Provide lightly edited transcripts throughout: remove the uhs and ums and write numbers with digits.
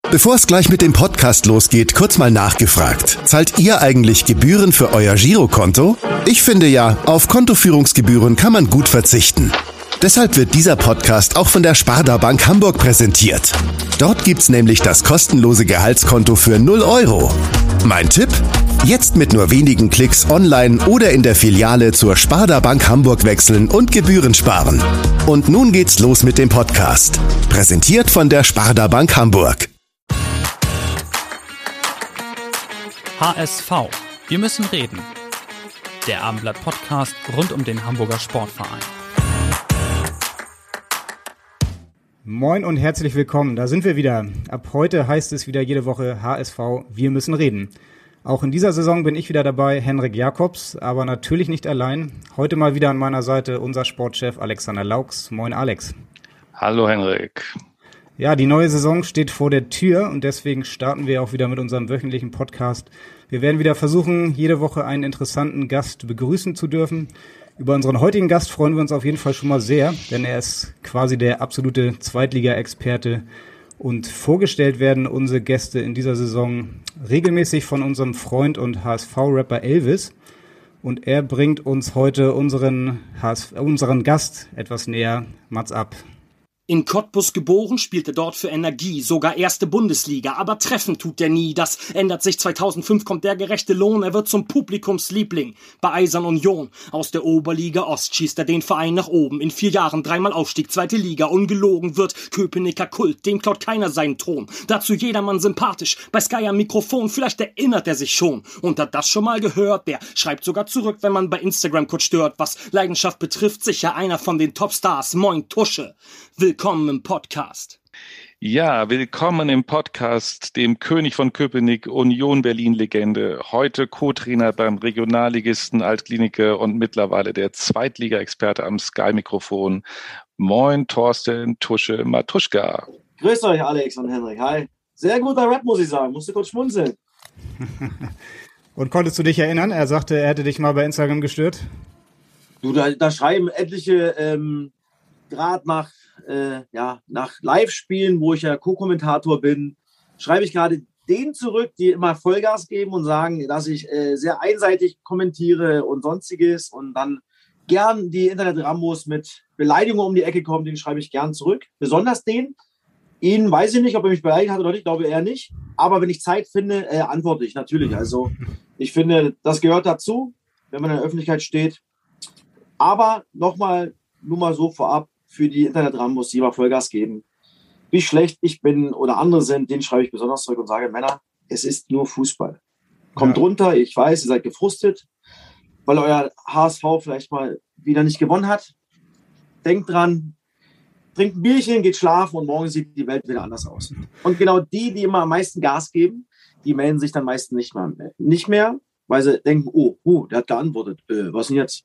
Bevor es gleich mit dem Podcast losgeht, kurz mal nachgefragt. Zahlt ihr eigentlich Gebühren für euer Girokonto? Ich finde ja, auf Kontoführungsgebühren kann man gut verzichten. Deshalb wird dieser Podcast auch von der Sparda Bank Hamburg präsentiert. Dort gibt's nämlich das kostenlose Gehaltskonto für 0 Euro. Mein Tipp? Jetzt mit nur wenigen Klicks online oder in der Filiale zur Sparda Bank Hamburg wechseln und Gebühren sparen. Und nun geht's los mit dem Podcast. Präsentiert von der Sparda Bank Hamburg. HSV. Wir müssen reden. Der Abendblatt-Podcast rund um den Hamburger Sportverein. Moin und herzlich willkommen, da sind wir wieder. Ab heute heißt es wieder jede Woche HSV, wir müssen reden. Auch in dieser Saison bin ich wieder dabei, Henrik Jakobs, aber natürlich nicht allein. Heute mal wieder an meiner Seite unser Sportchef Alexander Laux. Moin Alex. Hallo Henrik. Ja, die neue Saison steht vor der Tür und deswegen starten wir auch wieder mit unserem wöchentlichen Podcast. Wir werden wieder versuchen, jede Woche einen interessanten Gast begrüßen zu dürfen. Über unseren heutigen Gast freuen wir uns auf jeden Fall schon mal sehr, denn er ist quasi der absolute Zweitliga-Experte. Und vorgestellt werden unsere Gäste in dieser Saison regelmäßig von unserem Freund und HSV-Rapper Elvis. Und er bringt uns heute unseren Gast etwas näher. Mats ab. In Cottbus geboren, spielte dort für Energie, sogar erste Bundesliga, aber treffen tut er nie. Das ändert sich, 2005 kommt der gerechte Lohn, er wird zum Publikumsliebling bei Eisern Union. Aus der Oberliga Ost schießt er den Verein nach oben, in 4 Jahren 3-mal Aufstieg, 2. Liga, ungelogen wird Köpenicker Kult, dem klaut keiner seinen Thron. Dazu jedermann sympathisch, bei Sky am Mikrofon, vielleicht erinnert er sich schon. Und hat das schon mal gehört, der schreibt sogar zurück, wenn man bei Instagram kurz stört. Was Leidenschaft betrifft, sicher einer von den Topstars, Moin Tusche. Willkommen im Podcast. Ja, willkommen im Podcast, dem König von Köpenick, Union Berlin-Legende, heute Co-Trainer beim Regionalligisten Altklinike und mittlerweile der Zweitliga-Experte am Sky-Mikrofon. Moin, Thorsten Tusche Matuschka. Grüßt euch, Alex und Henrik. Hi. Sehr guter Rap, muss ich sagen. Musste kurz schmunzeln. Und konntest du dich erinnern? Er sagte, er hätte dich mal bei Instagram gestört. Du, da schreiben etliche gerade nach Live-Spielen, wo ich ja Co-Kommentator bin, schreibe ich gerade denen zurück, die immer Vollgas geben und sagen, dass ich sehr einseitig kommentiere und Sonstiges und dann gern die Internet-Rambos mit Beleidigungen um die Ecke kommen, den schreibe ich gern zurück. Besonders den. Ihn weiß ich nicht, ob er mich beleidigt hat oder nicht, glaube eher nicht. Aber wenn ich Zeit finde, antworte ich natürlich. Also ich finde, das gehört dazu, wenn man in der Öffentlichkeit steht. Aber nur mal so vorab, für die Internet-Rambos, die immer Vollgas geben. Wie schlecht ich bin oder andere sind, den schreibe ich besonders zurück und sage, Männer, es ist nur Fußball. Kommt runter, ich weiß, ihr seid gefrustet, weil euer HSV vielleicht mal wieder nicht gewonnen hat. Denkt dran, trinkt ein Bierchen, geht schlafen und morgen sieht die Welt wieder anders aus. Und genau die immer am meisten Gas geben, die melden sich dann meistens nicht mehr, weil sie denken, oh, der hat geantwortet, was denn jetzt?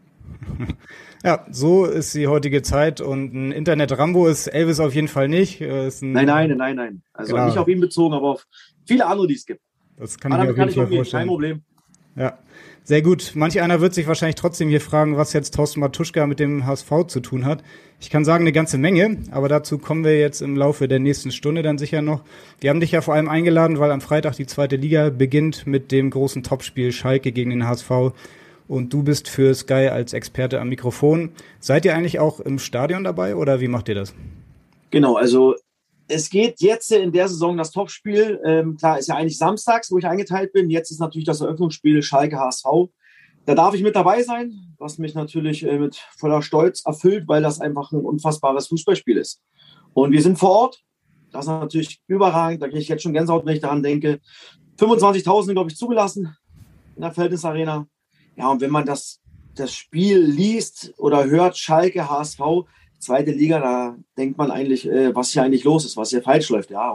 Ja, so ist die heutige Zeit und ein Internet-Rambo ist Elvis auf jeden Fall nicht. Nein. Also nicht auf ihn bezogen, aber auf viele andere, die es gibt. Das kann ich mir auf jeden Fall vorstellen. Kein Problem. Ja, sehr gut. Manch einer wird sich wahrscheinlich trotzdem hier fragen, was jetzt Thorsten Matuschka mit dem HSV zu tun hat. Ich kann sagen, eine ganze Menge, aber dazu kommen wir jetzt im Laufe der nächsten Stunde dann sicher noch. Wir haben dich ja vor allem eingeladen, weil am Freitag die 2. Liga beginnt mit dem großen Topspiel Schalke gegen den HSV. Und du bist für Sky als Experte am Mikrofon. Seid ihr eigentlich auch im Stadion dabei oder wie macht ihr das? Genau, also es geht jetzt in der Saison das Topspiel. Klar, ist ja eigentlich samstags, wo ich eingeteilt bin. Jetzt ist natürlich das Eröffnungsspiel Schalke HSV. Da darf ich mit dabei sein, was mich natürlich mit voller Stolz erfüllt, weil das einfach ein unfassbares Fußballspiel ist. Und wir sind vor Ort. Das ist natürlich überragend. Da kriege ich jetzt schon Gänsehaut, wenn ich daran denke. 25.000 sind, glaube ich, zugelassen in der Felddienst-Arena. Ja, und wenn man das Spiel liest oder hört, Schalke, HSV, 2. Liga, da denkt man eigentlich, was hier eigentlich los ist, was hier falsch läuft. Ja,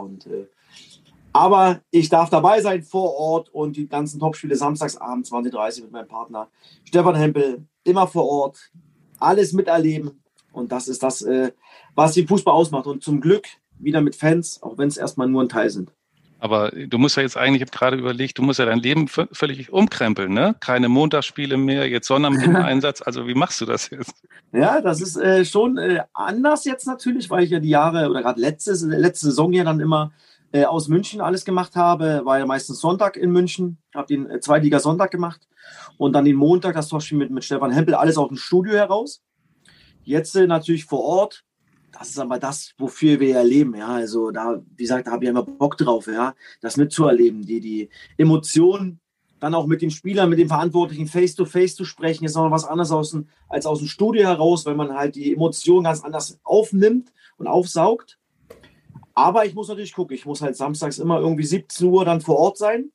aber ich darf dabei sein vor Ort und die ganzen Topspiele samstagsabend 20:30 mit meinem Partner Stefan Hempel, immer vor Ort, alles miterleben. Und das ist das, was den Fußball ausmacht. Und zum Glück wieder mit Fans, auch wenn es erstmal nur ein Teil sind. Aber du musst ja jetzt eigentlich, ich habe gerade überlegt, du musst ja dein Leben völlig umkrempeln, ne? Keine Montagsspiele mehr, jetzt Sonntag mit dem Einsatz. Also wie machst du das jetzt? Ja, das ist schon anders jetzt natürlich, weil ich ja die Jahre oder gerade letzte Saison ja dann immer aus München alles gemacht habe, war ja meistens Sonntag in München, habe den Zweitliga-Sonntag gemacht und dann den Montag das Topspiel mit Stefan Hempel, alles aus dem Studio heraus. Jetzt natürlich vor Ort, das ist aber das, wofür wir ja leben, ja, also da, wie gesagt, da habe ich immer Bock drauf, ja, das mitzuerleben, die Emotionen, dann auch mit den Spielern, mit den Verantwortlichen face-to-face zu sprechen, ist noch was anderes als aus dem Studio heraus, weil man halt die Emotionen ganz anders aufnimmt und aufsaugt. Aber ich muss natürlich gucken, ich muss halt samstags immer irgendwie 17 Uhr dann vor Ort sein.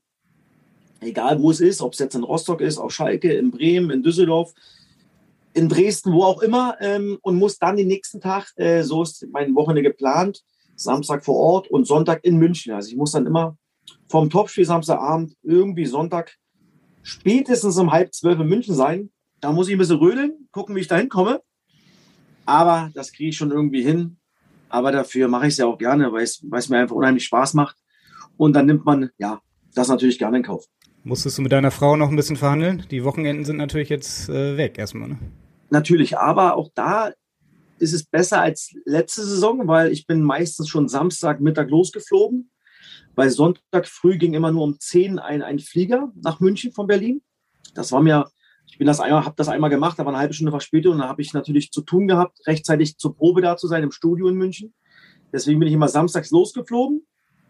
Egal wo es ist, ob es jetzt in Rostock ist, auf Schalke, in Bremen, in Düsseldorf, in Dresden, wo auch immer. Und muss dann den nächsten Tag, so ist mein Wochenende geplant, Samstag vor Ort und Sonntag in München. Also ich muss dann immer vom Topspiel Samstagabend irgendwie Sonntag spätestens um 11:30 in München sein. Da muss ich ein bisschen rödeln, gucken, wie ich da hinkomme. Aber das kriege ich schon irgendwie hin. Aber dafür mache ich es ja auch gerne, weil es mir einfach unheimlich Spaß macht. Und dann nimmt man, ja, das natürlich gerne in Kauf. Musstest du mit deiner Frau noch ein bisschen verhandeln? Die Wochenenden sind natürlich jetzt weg erstmal, ne? Natürlich, aber auch da ist es besser als letzte Saison, weil ich bin meistens schon Samstagmittag losgeflogen. Weil Sonntag früh ging immer nur um 10 ein Flieger nach München von Berlin. Das war mir, habe das einmal gemacht, aber eine halbe Stunde Verspätung und dann habe ich natürlich zu tun gehabt, rechtzeitig zur Probe da zu sein im Studio in München. Deswegen bin ich immer samstags losgeflogen,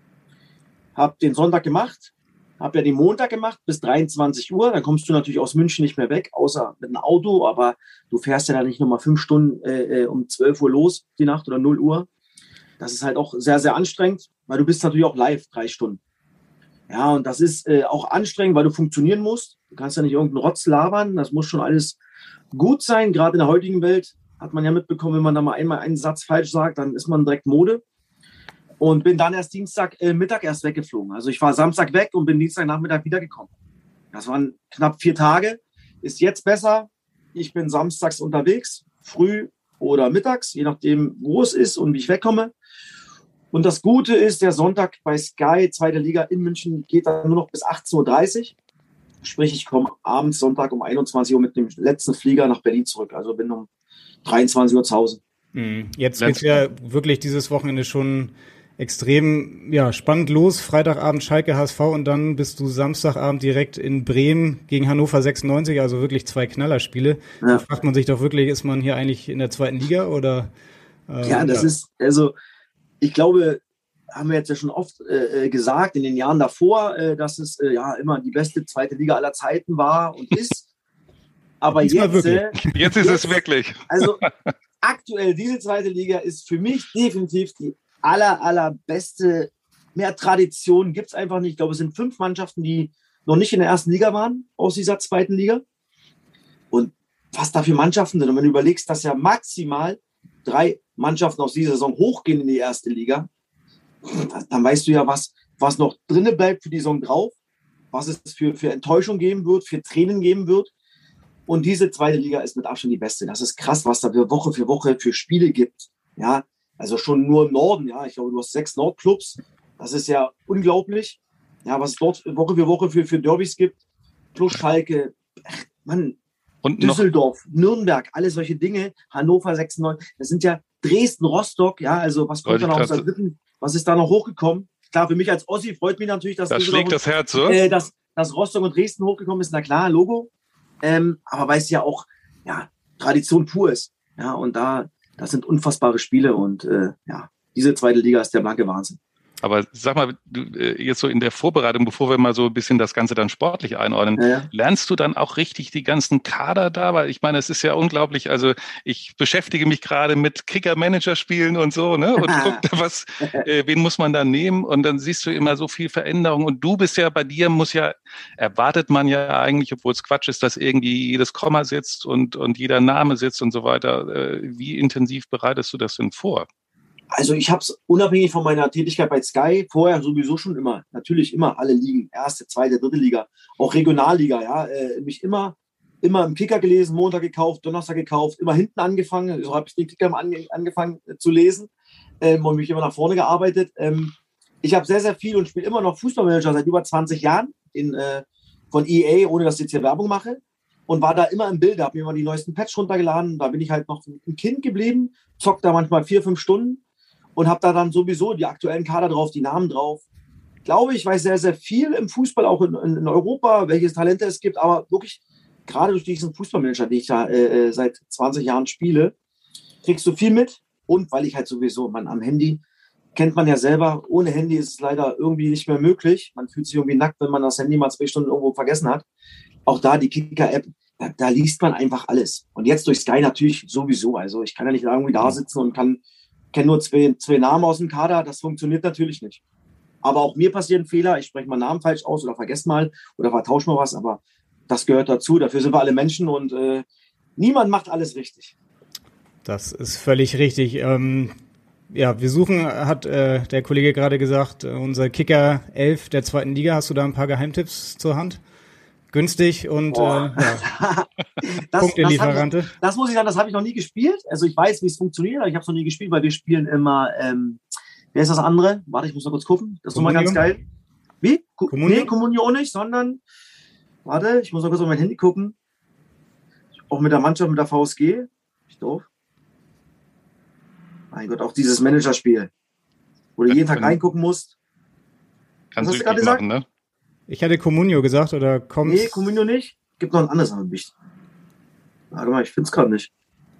habe den Sonntag gemacht, habe ja den Montag gemacht bis 23 Uhr. Dann kommst du natürlich aus München nicht mehr weg, außer mit einem Auto, aber du fährst ja dann nicht nochmal 5 Stunden um 12 Uhr los, die Nacht oder 0 Uhr. Das ist halt auch sehr, sehr anstrengend, weil du bist natürlich auch live 3 Stunden. Ja, und das ist auch anstrengend, weil du funktionieren musst. Du kannst ja nicht irgendeinen Rotz labern. Das muss schon alles gut sein. Gerade in der heutigen Welt hat man ja mitbekommen, wenn man da mal einmal einen Satz falsch sagt, dann ist man direkt Mode. Und bin dann erst Dienstagmittag erst weggeflogen. Also ich war Samstag weg und bin Dienstagnachmittag wiedergekommen. Das waren knapp 4 Tage. Ist jetzt besser. Ich bin samstags unterwegs, früh oder mittags, je nachdem, wo es ist und wie ich wegkomme. Und das Gute ist, der Sonntag bei Sky, 2. Liga in München, geht dann nur noch bis 18:30 Uhr. Sprich, ich komme abends Sonntag um 21 Uhr mit dem letzten Flieger nach Berlin zurück. Also bin um 23 Uhr zu Hause. Jetzt geht's ja wirklich dieses Wochenende schon extrem spannend los. Freitagabend Schalke HSV und dann bist du Samstagabend direkt in Bremen gegen Hannover 96, also wirklich 2 Knallerspiele. Ja. Da fragt man sich doch wirklich, ist man hier eigentlich in der 2. Liga oder? Ist, also ich glaube, haben wir jetzt ja schon oft gesagt, in den Jahren davor, dass es immer die beste 2. Liga aller Zeiten war und ist. Aber jetzt ist es wirklich. Also aktuell, diese 2. Liga ist für mich definitiv die allerbeste. Mehr Tradition gibt es einfach nicht. Ich glaube, es sind 5 Mannschaften, die noch nicht in der 1. Liga waren, aus dieser 2. Liga. Und was da für Mannschaften sind. Und wenn du überlegst, dass ja maximal 3 Mannschaften aus dieser Saison hochgehen in die 1. Liga, dann weißt du ja, was noch drinne bleibt für die Saison drauf, was es für Enttäuschung geben wird, für Tränen geben wird. Und diese 2. Liga ist mit Abstand die beste. Das ist krass, was da für Woche für Spiele gibt. Ja, also schon nur im Norden. Ja, ich glaube, du hast 6 Nordclubs. Das ist ja unglaublich. Ja, was es dort Woche für Woche für Derbys gibt. Plus Schalke, und Düsseldorf, Nürnberg, alles solche Dinge. Hannover 96. Das sind ja Dresden, Rostock. Ja, also was kommt da noch aus der 3. Was ist da noch hochgekommen? Klar, für mich als Ossi freut mich natürlich, dass das schlägt das Herz, so? Dass Rostock und Dresden hochgekommen ist. Na klar, Logo. Aber weil es ja auch Tradition pur ist. Ja, und das sind unfassbare Spiele und diese 2. Liga ist der blanke Wahnsinn. Aber sag mal, jetzt so in der Vorbereitung, bevor wir mal so ein bisschen das Ganze dann sportlich einordnen, lernst du dann auch richtig die ganzen Kader da? Weil ich meine, es ist ja unglaublich, also ich beschäftige mich gerade mit Kicker-Manager-Spielen und so, ne? Und guck da wen muss man da nehmen? Und dann siehst du immer so viel Veränderung. Und du bist ja, bei dir erwartet man ja eigentlich, obwohl es Quatsch ist, dass irgendwie jedes Komma sitzt und jeder Name sitzt und so weiter. Wie intensiv bereitest du das denn vor? Also ich habe es unabhängig von meiner Tätigkeit bei Sky vorher sowieso schon natürlich immer alle Ligen, 1., 2., 3. Liga, auch Regionalliga, mich immer im Kicker gelesen, Montag gekauft, Donnerstag gekauft, immer hinten angefangen, so habe ich den Kicker angefangen zu lesen und mich immer nach vorne gearbeitet. Ich habe sehr, sehr viel und spiele immer noch Fußballmanager seit über 20 Jahren von EA, ohne dass ich jetzt hier Werbung mache. Und war da immer im Bilde, habe mir immer die neuesten Patch runtergeladen. Da bin ich halt noch ein Kind geblieben, zockt da manchmal 4-5 Stunden. und habe da dann sowieso die aktuellen Kader drauf, die Namen drauf. Ich glaube, ich weiß sehr, sehr viel im Fußball, auch in Europa, welche Talente es gibt, aber wirklich gerade durch diesen Fußballmanager, den ich da seit 20 Jahren spiele, kriegst du viel mit. Und weil ich halt sowieso, am Handy kennt man ja selber, ohne Handy ist es leider irgendwie nicht mehr möglich. Man fühlt sich irgendwie nackt, wenn man das Handy mal 2 Stunden irgendwo vergessen hat. Auch da die Kicker-App, da liest man einfach alles. Und jetzt durch Sky natürlich sowieso. Also ich kann ja nicht irgendwie da sitzen und kenne nur zwei Namen aus dem Kader. Das funktioniert natürlich nicht. Aber auch mir passieren Fehler. Ich spreche mal Namen falsch aus oder vergesse mal oder vertausche mal was. Aber das gehört dazu. Dafür sind wir alle Menschen und niemand macht alles richtig. Das ist völlig richtig. Ja, wir suchen, hat der Kollege gerade gesagt, unser Kicker 11 der 2. Liga. Hast du da ein paar Geheimtipps zur Hand? Günstig und Punktelieferante. Das muss ich sagen, das habe ich noch nie gespielt. Also ich weiß, wie es funktioniert, aber ich habe es noch nie gespielt, weil wir spielen immer, wer ist das andere? Warte, ich muss noch kurz gucken. Das ist nochmal ganz geil. Wie? Nee, Communio nicht, sondern, warte, ich muss noch kurz auf mein Handy gucken. Auch mit der Mannschaft, mit der VSG. Ich doof. Mein Gott, auch dieses Managerspiel, wo du jeden Tag reingucken musst. Kannst du gerade sagen, ne? Ich hatte Comunio gesagt, oder kommt's? Nee, Comunio nicht. Gibt noch ein anderes Anbieter. Warte mal, ich finde es gerade nicht.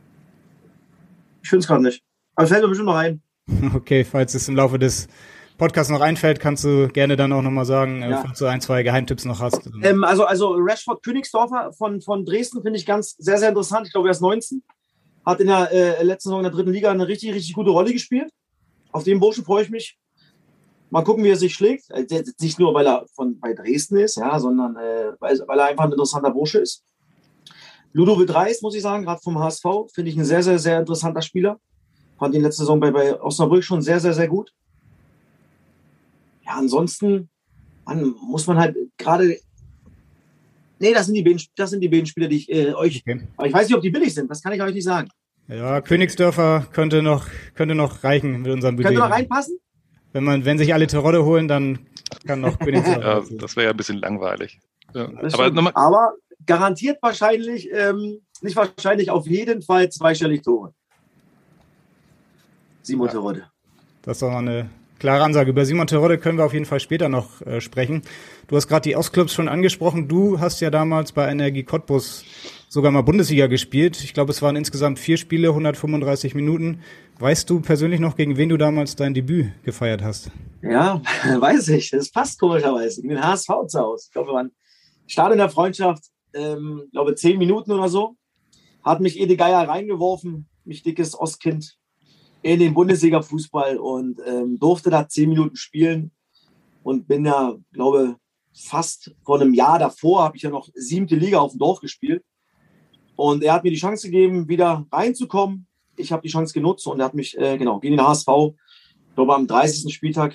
Aber fällt mir bestimmt noch ein. Okay, falls es im Laufe des Podcasts noch einfällt, kannst du gerne dann auch nochmal sagen, falls du 1, 2 Geheimtipps noch hast. Also Rashford Königsdorfer von Dresden finde ich sehr, sehr interessant. Ich glaube, er ist 19. Hat in der letzten Saison in der 3. Liga eine richtig, richtig gute Rolle gespielt. Auf den Burschen freue ich mich. Mal gucken, wie er sich schlägt. Nicht nur, weil er bei Dresden ist, ja, sondern weil er einfach ein interessanter Bursche ist. Ludovic Reis, muss ich sagen, gerade vom HSV, finde ich ein sehr, sehr, sehr interessanter Spieler. Fand ihn letzte Saison bei Osnabrück schon sehr, sehr, sehr gut. Ja, ansonsten muss man halt gerade... Nee, das sind die beiden Spieler, die ich euch... Okay. Aber ich weiß nicht, ob die billig sind. Das kann ich euch nicht sagen. Ja, Königsdörfer könnte noch reichen mit unserem Budget. Könnte noch reinpassen? Wenn sich alle Terodde holen, dann kann noch Königsdörfer. Ja, das wäre ja ein bisschen langweilig. Ja. Aber garantiert wahrscheinlich, nicht wahrscheinlich, auf jeden Fall 2-stellig Tore. Simon Terodde. Das ist doch mal eine klare Ansage. Über Simon Terodde können wir auf jeden Fall später noch sprechen. Du hast gerade die Ostclubs schon angesprochen. Du hast ja damals bei Energie Cottbus sogar mal Bundesliga gespielt. Ich glaube, es waren insgesamt 4 Spiele, 135 Minuten. Weißt du persönlich noch, gegen wen du damals dein Debüt gefeiert hast? Ja, weiß ich. Das passt komischerweise. Ich bin HSV zu Hause. Ich glaube, wir waren Start in der Freundschaft, glaube 10 Minuten oder so. Hat mich Ede Geier reingeworfen, mich dickes Ostkind, in den Bundesliga-Fußball und durfte da 10 Minuten spielen und bin ja, glaube fast vor einem Jahr davor, habe ich ja noch 7. Liga auf dem Dorf gespielt und er hat mir die Chance gegeben, wieder reinzukommen. Ich habe die Chance genutzt und er hat mich, gegen den HSV, ich glaube am 30. Spieltag,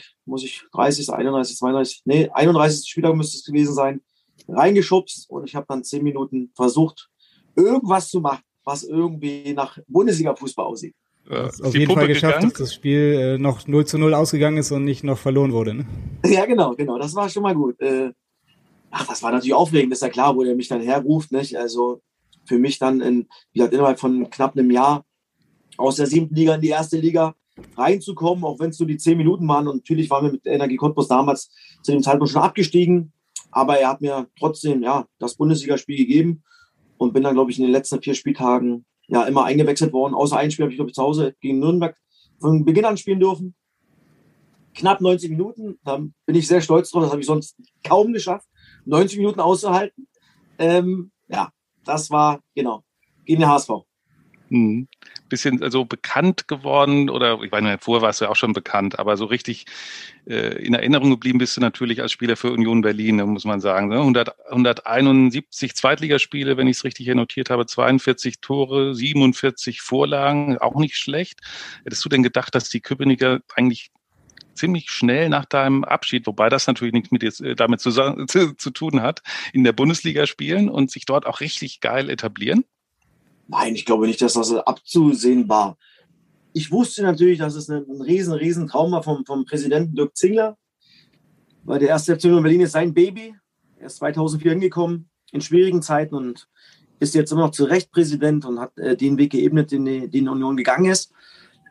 31. Spieltag müsste es gewesen sein, reingeschubst und ich habe dann 10 Minuten versucht, irgendwas zu machen, was irgendwie nach Bundesliga-Fußball aussieht. Auf jeden Fall geschafft, dass das Spiel noch 0-0 ausgegangen ist und nicht noch verloren wurde. Ne? Ja, genau. Das war schon mal gut. Das war natürlich aufregend, ist ja klar, wo der mich dann herruft. Nicht? Also für mich dann innerhalb von knapp einem Jahr aus der 7. Liga in die 1. Liga reinzukommen, auch wenn es nur die 10 Minuten waren. Und natürlich waren wir mit Energie Cottbus damals zu dem Zeitpunkt schon abgestiegen. Aber er hat mir trotzdem das Bundesligaspiel gegeben und bin dann, glaube ich, in den letzten 4 Spieltagen immer eingewechselt worden. Außer ein Spiel habe ich, glaube ich, zu Hause gegen Nürnberg von Beginn an spielen dürfen. Knapp 90 Minuten. Da bin ich sehr stolz drauf. Das habe ich sonst kaum geschafft, 90 Minuten auszuhalten. Das war, gegen den HSV. Bisschen also bekannt geworden oder ich meine, vorher warst du ja auch schon bekannt, aber so richtig in Erinnerung geblieben bist du natürlich als Spieler für Union Berlin, muss man sagen. Ne? 171 Zweitligaspiele, wenn ich es richtig hier notiert habe, 42 Tore, 47 Vorlagen, auch nicht schlecht. Hättest du denn gedacht, dass die Köpenicker eigentlich ziemlich schnell nach deinem Abschied, wobei das natürlich nichts damit zu tun hat, in der Bundesliga spielen und sich dort auch richtig geil etablieren? Nein, ich glaube nicht, dass das abzusehen war. Ich wusste natürlich, dass es ein riesen Traum war vom Präsidenten Dirk Zingler, weil der 1. FC Union Berlin ist sein Baby. Er ist 2004 hingekommen, in schwierigen Zeiten und ist jetzt immer noch zu Recht Präsident und hat den Weg geebnet, den die Union gegangen ist.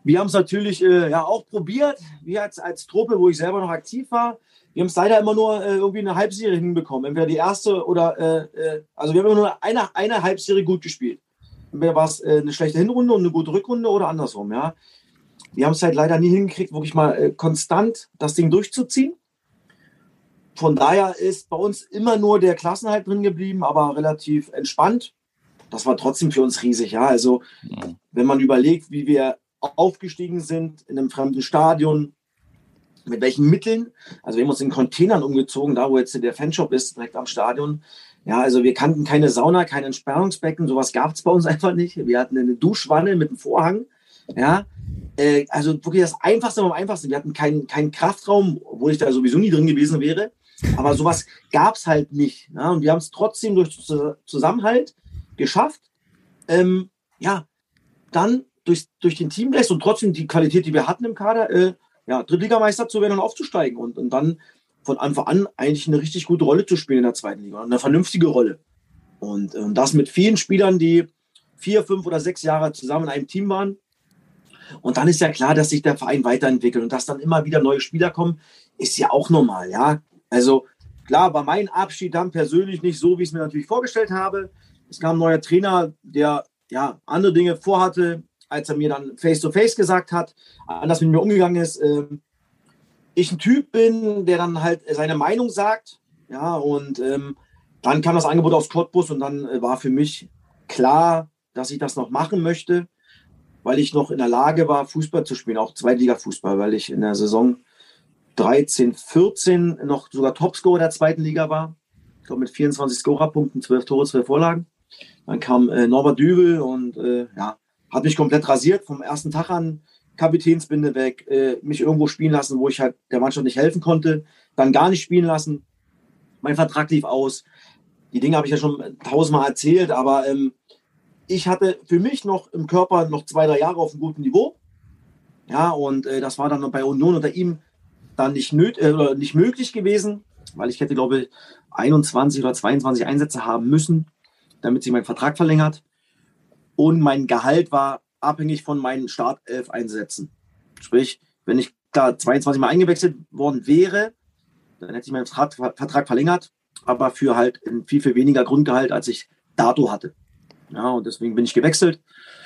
wir haben es natürlich auch probiert, wir als Truppe, wo ich selber noch aktiv war. Wir haben es leider immer nur irgendwie eine Halbserie hinbekommen. Entweder die erste oder, also wir haben immer nur eine Halbserie gut gespielt. Entweder war es eine schlechte Hinrunde und eine gute Rückrunde oder andersrum, ja. Wir haben es halt leider nie hingekriegt, wirklich mal konstant das Ding durchzuziehen. Von daher ist bei uns immer nur der Klassenerhalt drin geblieben, aber relativ entspannt. Das war trotzdem für uns riesig, ja. Also, wenn man überlegt, wie wir aufgestiegen sind in einem fremden Stadion, mit welchen Mitteln, also wir haben uns in Containern umgezogen, da wo jetzt der Fanshop ist, direkt am Stadion. Ja, also wir kannten keine Sauna, kein Entsperrungsbecken, sowas gab es bei uns einfach nicht. Wir hatten eine Duschwanne mit einem Vorhang, ja. Also wirklich das Einfachste vom Einfachsten. Wir hatten keinen Kraftraum, obwohl ich da sowieso nie drin gewesen wäre. Aber sowas gab es halt nicht. Ja? Und wir haben es trotzdem durch Zusammenhalt geschafft, dann durch den Teamgeist und trotzdem die Qualität, die wir hatten im Kader, Drittligameister zu werden und aufzusteigen und dann von Anfang an eigentlich eine richtig gute Rolle zu spielen in der zweiten Liga. Eine vernünftige Rolle. Und das mit vielen Spielern, die 4, 5 oder 6 Jahre zusammen in einem Team waren. Und dann ist ja klar, dass sich der Verein weiterentwickelt und dass dann immer wieder neue Spieler kommen, ist ja auch normal, ja. Also klar, war mein Abschied dann persönlich nicht so, wie ich es mir natürlich vorgestellt habe. Es kam ein neuer Trainer, der andere Dinge vorhatte, als er mir dann face-to-face gesagt hat, anders mit mir umgegangen ist. Ich ein Typ bin, der dann halt seine Meinung sagt, ja, und dann kam das Angebot aus Cottbus und dann war für mich klar, dass ich das noch machen möchte, weil ich noch in der Lage war, Fußball zu spielen, auch Zweitliga-Fußball, weil ich in der Saison 13, 14 noch sogar Topscorer der zweiten Liga war. Ich glaube mit 24 Scorerpunkten, 12 Tore, 12 Vorlagen. Dann kam Norbert Düvel und hat mich komplett rasiert, vom ersten Tag an, Kapitänsbinde weg, mich irgendwo spielen lassen, wo ich halt der Mannschaft nicht helfen konnte, dann gar nicht spielen lassen. Mein Vertrag lief aus. Die Dinge habe ich ja schon 1000-mal erzählt, aber ich hatte für mich noch im Körper noch 2, 3 Jahre auf einem guten Niveau. Ja, und das war dann bei Union unter ihm dann nicht möglich gewesen, weil ich hätte, glaube ich, 21 oder 22 Einsätze haben müssen, damit sich mein Vertrag verlängert. Und mein Gehalt war abhängig von meinen Startelf-Einsätzen. Sprich, wenn ich da 22 Mal eingewechselt worden wäre, dann hätte ich meinen Vertrag verlängert, aber für halt viel, viel weniger Grundgehalt, als ich dato hatte. Ja, und deswegen bin ich gewechselt.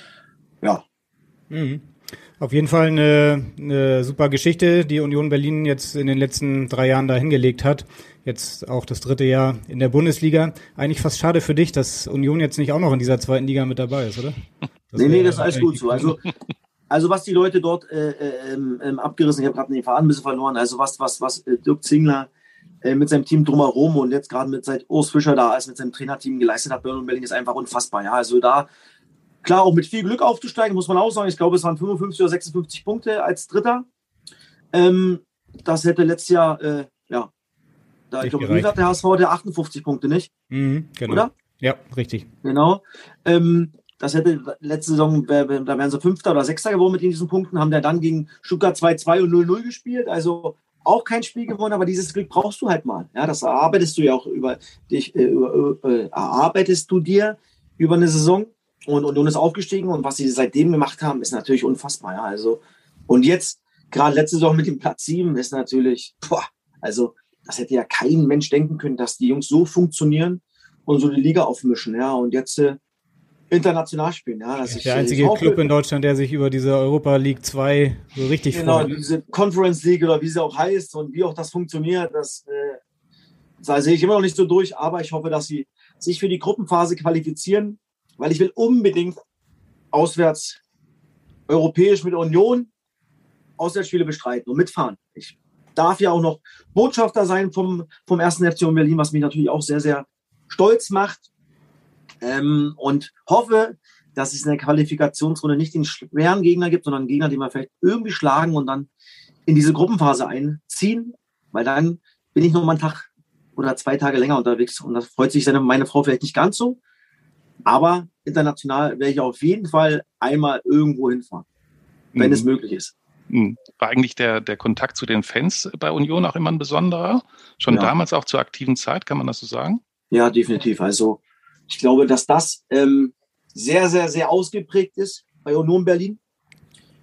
Ja. Mhm. Auf jeden Fall eine super Geschichte, die Union Berlin jetzt in den letzten 3 Jahren da hingelegt hat. Jetzt auch das 3. Jahr in der Bundesliga. Eigentlich fast schade für dich, dass Union jetzt nicht auch noch in dieser 2. Liga mit dabei ist, oder? Nee, das ist alles gut so. Also was die Leute dort abgerissen, ich habe gerade den Faden ein bisschen verloren, also was Dirk Zingler mit seinem Team drumherum und jetzt gerade seit Urs Fischer da ist, mit seinem Trainerteam geleistet hat, Union Berlin ist einfach unfassbar. Ja, also da klar, auch mit viel Glück aufzusteigen, muss man auch sagen. Ich glaube, es waren 55 oder 56 Punkte als Dritter. Das hätte letztes Jahr, ich glaube, wie hat der HSV der 58 Punkte, nicht? Mhm, genau. Oder? Ja, richtig. Genau. Das hätte letzte Saison, da wären sie 5. oder 6. geworden mit diesen Punkten, haben dann gegen Stuttgart 2-2 und 0-0 gespielt. Also auch kein Spiel gewonnen, aber dieses Glück brauchst du halt mal. Ja, das erarbeitest du ja auch erarbeitest du dir über eine Saison. Und ist aufgestiegen und was sie seitdem gemacht haben, ist natürlich unfassbar. Ja, also, und jetzt, gerade letzte Saison mit dem Platz 7, ist natürlich, also das hätte ja kein Mensch denken können, dass die Jungs so funktionieren und so die Liga aufmischen. Ja, und jetzt international spielen. Ja, das ist der einzige Club in Deutschland, der sich über diese Europa League 2 so richtig freut. Genau, diese Conference League oder wie sie auch heißt und wie auch das funktioniert, das sehe ich immer noch nicht so durch, aber ich hoffe, dass sie sich für die Gruppenphase qualifizieren, weil ich will unbedingt auswärts europäisch mit Union Auswärtsspiele bestreiten und mitfahren. Ich darf ja auch noch Botschafter sein vom 1. FC Union Berlin, was mich natürlich auch sehr, sehr stolz macht. Und hoffe, dass es in der Qualifikationsrunde nicht den schweren Gegner gibt, sondern einen Gegner, den wir vielleicht irgendwie schlagen und dann in diese Gruppenphase einziehen, weil dann bin ich noch mal einen Tag oder 2 Tage länger unterwegs und das freut sich meine Frau vielleicht nicht ganz so. Aber international werde ich auf jeden Fall einmal irgendwo hinfahren, wenn es möglich ist. War eigentlich der Kontakt zu den Fans bei Union auch immer ein besonderer? Schon damals auch zur aktiven Zeit, kann man das so sagen? Ja, definitiv. Also ich glaube, dass das sehr, sehr, sehr ausgeprägt ist bei Union Berlin.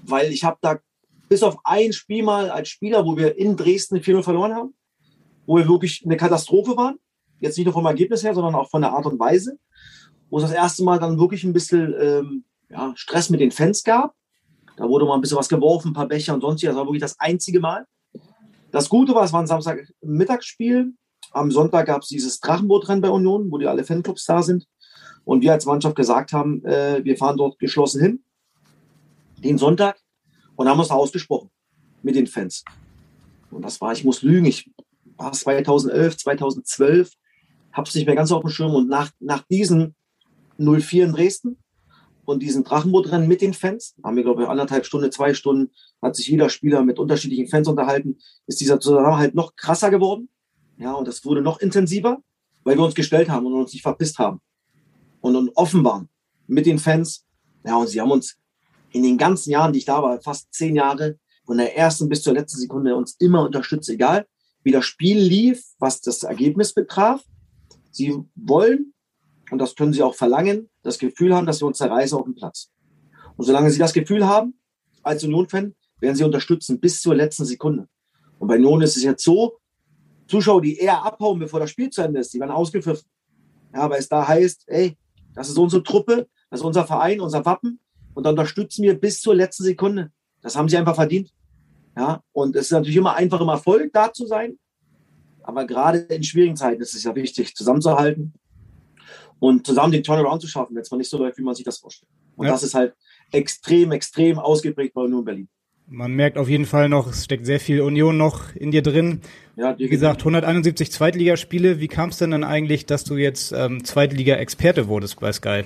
weil ich habe da bis auf ein Spiel mal als Spieler, wo wir in Dresden 4-0 verloren haben, wo wir wirklich eine Katastrophe waren, jetzt nicht nur vom Ergebnis her, sondern auch von der Art und Weise, wo es das erste Mal dann wirklich ein bisschen Stress mit den Fans gab. Da wurde mal ein bisschen was geworfen, ein paar Becher und sonstiges. Das war wirklich das einzige Mal. Das Gute war, es war ein Samstag-Mittagsspiel. Am Sonntag gab es dieses Drachenbootrennen bei Union, wo die alle Fanclubs da sind. Und wir als Mannschaft gesagt haben, wir fahren dort geschlossen hin, den Sonntag, und haben uns da ausgesprochen mit den Fans. Und das war, ich muss lügen, ich war 2011, 2012, habe es nicht mehr ganz auf dem Schirm. Und nach diesen 04 in Dresden und diesen Drachenbootrennen mit den Fans, haben wir, glaube ich, 1,5 Stunden, 2 Stunden, hat sich jeder Spieler mit unterschiedlichen Fans unterhalten, ist dieser Zusammenhalt noch krasser geworden. Ja, und das wurde noch intensiver, weil wir uns gestellt haben und uns nicht verpisst haben. Und offen waren mit den Fans. Ja, und sie haben uns in den ganzen Jahren, die ich da war, fast 10 Jahre, von der ersten bis zur letzten Sekunde uns immer unterstützt, egal wie das Spiel lief, was das Ergebnis betraf. Sie wollen, und das können sie auch verlangen, das Gefühl haben, dass wir uns zerreißen auf dem Platz. Und solange sie das Gefühl haben, als Union-Fan, werden sie unterstützen bis zur letzten Sekunde. Und bei Union ist es jetzt so, Zuschauer, die eher abhauen, bevor das Spiel zu Ende ist, die werden ausgepfiffen. Ja, weil es da heißt, ey, das ist unsere Truppe, das ist unser Verein, unser Wappen, und da unterstützen wir bis zur letzten Sekunde. Das haben sie einfach verdient. Ja, und es ist natürlich immer einfach im Erfolg da zu sein, aber gerade in schwierigen Zeiten ist es ja wichtig, zusammenzuhalten und zusammen den Turnaround zu schaffen, wenn es mal nicht so läuft, wie man sich das vorstellt. Und das ist halt extrem, extrem ausgeprägt bei Union Berlin. Man merkt auf jeden Fall noch, es steckt sehr viel Union noch in dir drin. Ja, wie gesagt, 171 Zweitligaspiele. Wie kam es denn dann eigentlich, dass du jetzt Zweitliga-Experte wurdest bei Sky?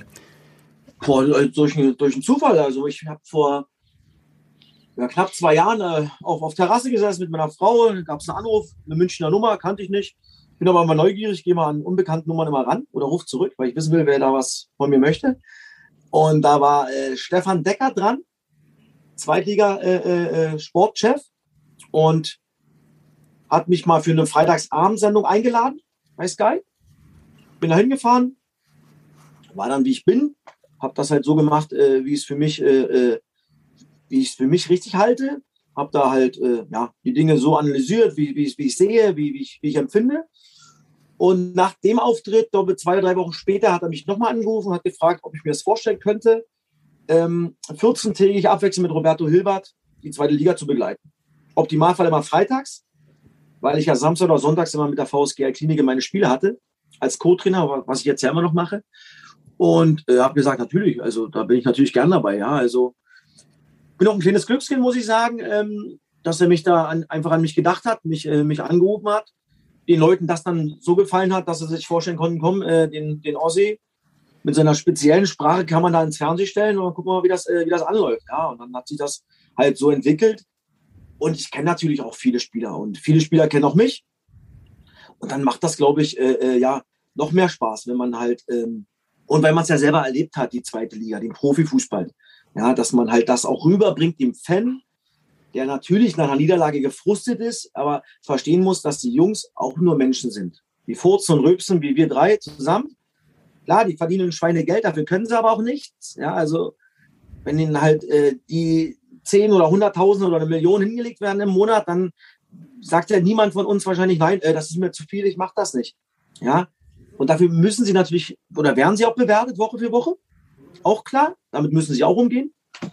Durch einen Zufall. Also ich habe vor knapp 2 Jahren auf Terrasse gesessen mit meiner Frau. Da gab es einen Anruf, eine Münchner Nummer, kannte ich nicht. Bin aber immer neugierig, gehe mal an unbekannten Nummern immer ran oder ruf zurück, weil ich wissen will, wer da was von mir möchte. Und da war Stefan Decker dran, Zweitliga-Sportchef, und hat mich mal für eine Freitagsabendsendung eingeladen bei Sky. Bin da hingefahren, war dann, wie ich bin, habe das halt so gemacht, wie ich es für mich richtig halte. Habe da halt die Dinge so analysiert, wie ich sehe, wie ich empfinde. Und nach dem Auftritt, glaube ich, 2 oder 3 Wochen später, hat er mich nochmal angerufen und hat gefragt, ob ich mir das vorstellen könnte, 14-tägig abwechselnd mit Roberto Hilbert die 2. Liga zu begleiten. Optimalfall immer freitags, weil ich ja Samstag oder Sonntags immer mit der VSG Altklinike meine Spiele hatte, als Co-Trainer, was ich jetzt ja immer noch mache. Und habe gesagt, natürlich, also da bin ich natürlich gern dabei. Ja, also bin auch ein kleines Glückskind, muss ich sagen, dass er mich da einfach an mich gedacht hat, mich angerufen hat, den Leuten das dann so gefallen hat, dass sie sich vorstellen konnten, komm, den Ossi mit seiner speziellen Sprache kann man da ins Fernsehen stellen und dann gucken wir mal, wie das anläuft. Ja, und dann hat sich das halt so entwickelt. Und ich kenne natürlich auch viele Spieler und viele Spieler kennen auch mich. Und dann macht das, glaube ich, noch mehr Spaß, wenn man halt, und weil man es ja selber erlebt hat, die 2. Liga, den Profifußball, ja, dass man halt das auch rüberbringt dem Fan, der natürlich nach einer Niederlage gefrustet ist, aber verstehen muss, dass die Jungs auch nur Menschen sind. Die furzen und rülpsen wie wir 3 zusammen. Klar, die verdienen Schweinegeld, dafür können sie aber auch nichts. Ja, also wenn ihnen halt die 10 oder 100.000 oder 1 Million hingelegt werden im Monat, dann sagt ja niemand von uns wahrscheinlich, nein, das ist mir zu viel, ich mache das nicht. Ja, und dafür müssen sie natürlich, oder werden sie auch bewertet, Woche für Woche. Auch klar, damit müssen sie auch umgehen.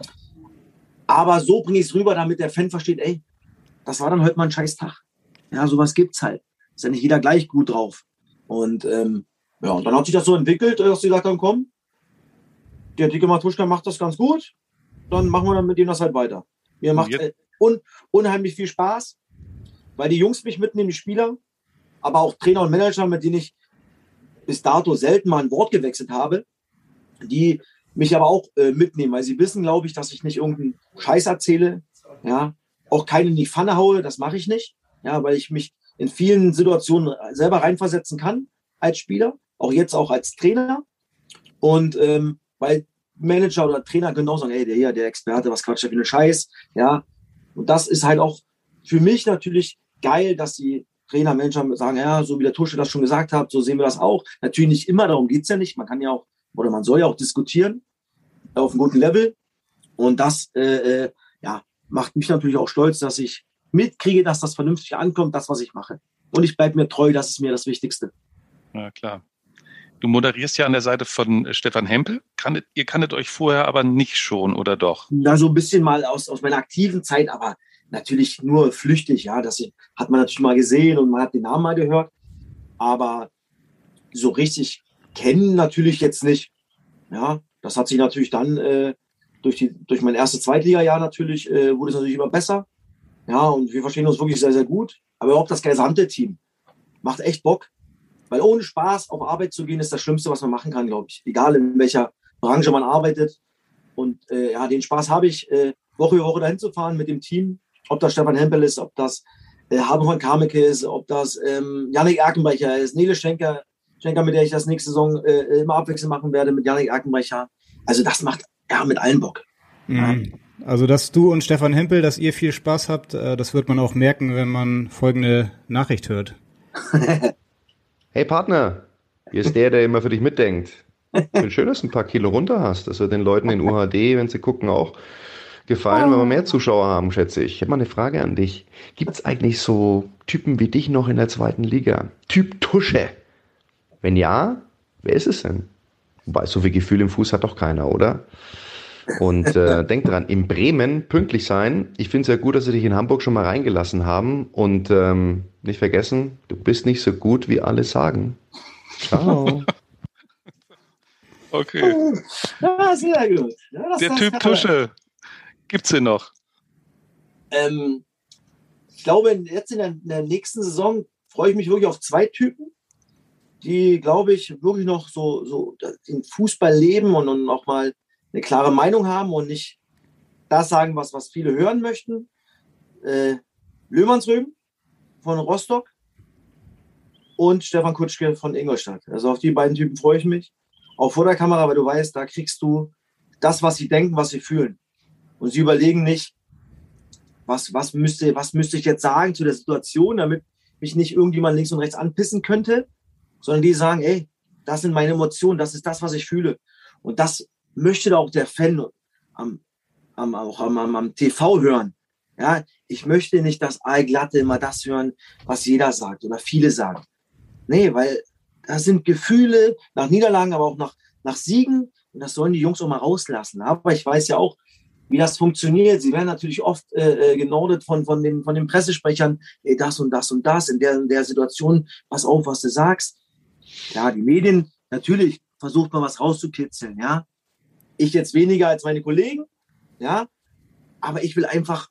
Aber so bringe ich es rüber, damit der Fan versteht, ey, das war dann heute mal ein scheiß Tag. Ja, sowas gibt's halt. Ist ja nicht jeder gleich gut drauf. Und und dann hat sich das so entwickelt, dass sie gesagt haben, komm, der dicke Matuschka macht das ganz gut, dann machen wir dann mit dem das halt weiter. Mir macht unheimlich viel Spaß, weil die Jungs mich mitnehmen, die Spieler, aber auch Trainer und Manager, mit denen ich bis dato selten mal ein Wort gewechselt habe, die mich aber auch mitnehmen, weil sie wissen, glaube ich, dass ich nicht irgendeinen Scheiß erzähle, ja, auch keinen in die Pfanne haue, das mache ich nicht, ja, weil ich mich in vielen Situationen selber reinversetzen kann als Spieler, auch jetzt auch als Trainer, und weil Manager oder Trainer genau sagen, ey, der Experte, was quatscht der für eine Scheiß, ja, und das ist halt auch für mich natürlich geil, dass die Trainer, Manager sagen, ja, so wie der Tusche das schon gesagt hat, so sehen wir das auch. Natürlich nicht immer, darum geht es ja nicht, man kann ja auch, oder man soll ja auch diskutieren auf einem guten Level, und das macht mich natürlich auch stolz, dass ich mitkriege, dass das vernünftig ankommt, das, was ich mache. Und ich bleibe mir treu, das ist mir das Wichtigste. Ja, klar. Du moderierst ja an der Seite von Stefan Hempel. Ihr kanntet euch vorher aber nicht schon, oder doch? Na, so ein bisschen mal aus meiner aktiven Zeit, aber natürlich nur flüchtig. Ja, das hat man natürlich mal gesehen und man hat den Namen mal gehört. Aber so richtig kennen natürlich jetzt nicht. Ja, das hat sich natürlich dann durch mein erstes Zweitliga-Jahr natürlich, wurde es natürlich immer besser. Ja, und wir verstehen uns wirklich sehr, sehr gut. Aber überhaupt das gesamte Team macht echt Bock. Weil ohne Spaß auf Arbeit zu gehen, ist das Schlimmste, was man machen kann, glaube ich. Egal, in welcher Branche man arbeitet. Und den Spaß habe ich, Woche für Woche dahin zu fahren mit dem Team. Ob das Stefan Hempel ist, ob das Haben von Kameke ist, ob das Yannick Erkenbrecher ist, Nele Schenker, mit der ich das nächste Saison immer abwechselnd machen werde, mit Yannick Erkenbrecher. Also das macht mit allen Bock. Mhm. Also, dass du und Stefan Hempel, dass ihr viel Spaß habt, das wird man auch merken, wenn man folgende Nachricht hört. Hey Partner, hier ist der immer für dich mitdenkt. Ich finde schön, dass du ein paar Kilo runter hast. Das wird den Leuten in UHD, wenn sie gucken, auch gefallen, wenn wir mehr Zuschauer haben, schätze ich. Ich habe mal eine Frage an dich. Gibt es eigentlich so Typen wie dich noch in der zweiten Liga? Typ Tusche? Wenn ja, wer ist es denn? Wobei, so viel Gefühl im Fuß hat doch keiner, oder? Und denk dran, in Bremen pünktlich sein. Ich finde es ja gut, dass sie dich in Hamburg schon mal reingelassen haben. Und nicht vergessen, du bist nicht so gut, wie alle sagen. Ciao. Okay. Ja, sehr gut. Ja, der Typ Tusche, gibt's den noch? Ich glaube, jetzt in der nächsten Saison freue ich mich wirklich auf 2 Typen, die, glaube ich, wirklich noch so den Fußball leben und auch mal eine klare Meinung haben und nicht das sagen, was viele hören möchten. Löhmannsröben von Rostock und Stefan Kutschke von Ingolstadt. Also auf die beiden Typen freue ich mich. Auch vor der Kamera, weil du weißt, da kriegst du das, was sie denken, was sie fühlen. Und sie überlegen nicht, was müsste ich jetzt sagen zu der Situation, damit mich nicht irgendjemand links und rechts anpissen könnte, sondern die sagen, ey, das sind meine Emotionen, das ist das, was ich fühle. Und das möchte da auch der Fan am TV hören. Ja, ich möchte nicht das Allglatte immer das hören, was jeder sagt oder viele sagen. Nee, weil das sind Gefühle nach Niederlagen, aber auch nach Siegen. Und das sollen die Jungs auch mal rauslassen. Aber ich weiß ja auch, wie das funktioniert. Sie werden natürlich oft genordet von den Pressesprechern, ey, das und das und das, in der Situation, pass auf, was du sagst. Ja, die Medien, natürlich versucht man was rauszukitzeln, ja. Ich jetzt weniger als meine Kollegen, ja, aber ich will einfach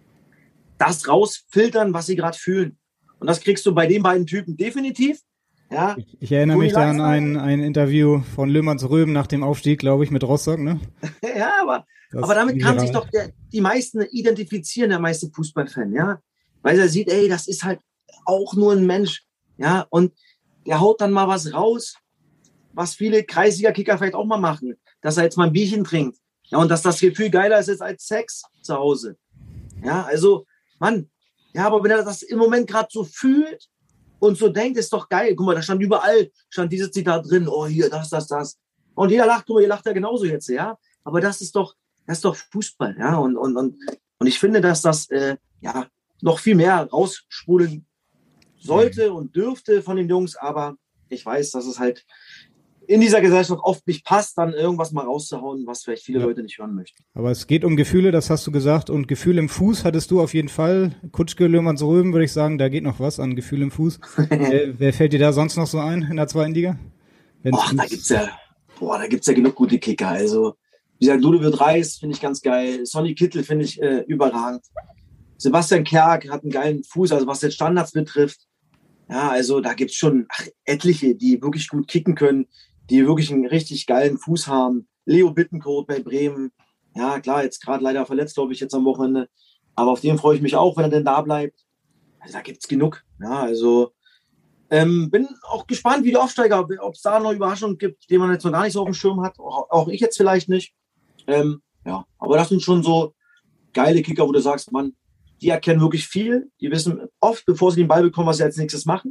das rausfiltern, was sie gerade fühlen. Und das kriegst du bei den beiden Typen definitiv. Ja. Ich erinnere mich da an ein Interview von Löhmannsröben nach dem Aufstieg, glaube ich, mit Rostock, ne? Ja, aber damit kann sich doch die meisten identifizieren, der meiste Fußballfan, ja. Weil er sieht, ey, das ist halt auch nur ein Mensch, ja, und der haut dann mal was raus, was viele Kreisliga-Kicker vielleicht auch mal machen, dass er jetzt mal ein Bierchen trinkt. Ja, und dass das Gefühl geiler ist als Sex zu Hause. Ja, also, Mann, ja, aber wenn er das im Moment gerade so fühlt und so denkt, ist doch geil. Guck mal, da stand überall dieses Zitat drin, oh, hier, das. Und jeder lacht, guck mal, ihr lacht ja genauso jetzt, ja. Aber das ist doch Fußball, ja. Und ich finde, dass das, noch viel mehr raussprudeln sollte und dürfte von den Jungs, aber ich weiß, dass es halt in dieser Gesellschaft oft nicht passt, dann irgendwas mal rauszuhauen, was vielleicht viele Leute nicht hören möchten. Aber es geht um Gefühle, das hast du gesagt, und Gefühl im Fuß hattest du auf jeden Fall. Kutschke, Löhmannsröben, würde ich sagen, da geht noch was an Gefühl im Fuß. Wer fällt dir da sonst noch so ein in der zweiten Liga? Da gibt's ja genug gute Kicker. Also, wie gesagt, Ludovic Reis finde ich ganz geil. Sonny Kittel finde ich überragend. Sebastian Kerk hat einen geilen Fuß, also was jetzt Standards betrifft. Ja, also da gibt's schon etliche, die wirklich gut kicken können, die wirklich einen richtig geilen Fuß haben. Leo Bittencourt bei Bremen. Ja, klar, jetzt gerade leider verletzt, glaube ich, jetzt am Wochenende. Aber auf den freue ich mich auch, wenn er denn da bleibt. Also da gibt's genug. Ja, also bin auch gespannt, wie die Aufsteiger, ob es da noch Überraschungen gibt, die man jetzt noch gar nicht so auf dem Schirm hat. Auch ich jetzt vielleicht nicht. Aber das sind schon so geile Kicker, wo du sagst, Mann, die erkennen wirklich viel. Die wissen oft, bevor sie den Ball bekommen, was sie als nächstes machen.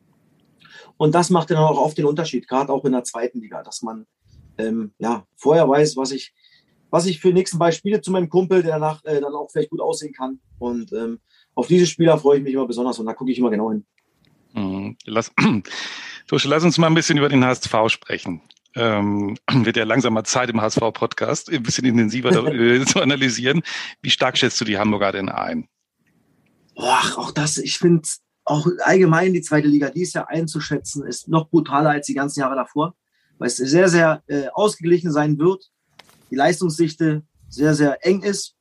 Und das macht dann auch oft den Unterschied, gerade auch in der zweiten Liga, dass man vorher weiß, was ich was ich für die nächsten beiden Spiele zu meinem Kumpel, der danach dann auch vielleicht gut aussehen kann. Und auf diese Spieler freue ich mich immer besonders und da gucke ich immer genau hin. Lass uns mal ein bisschen über den HSV sprechen. Wird ja langsam mal Zeit im HSV-Podcast, ein bisschen intensiver zu analysieren. Wie stark schätzt du die Hamburger denn ein? Auch das, ich finde auch allgemein die zweite Liga dieses Jahr einzuschätzen, ist noch brutaler als die ganzen Jahre davor, weil es sehr, sehr ausgeglichen sein wird. Die Leistungsdichte sehr, sehr eng ist.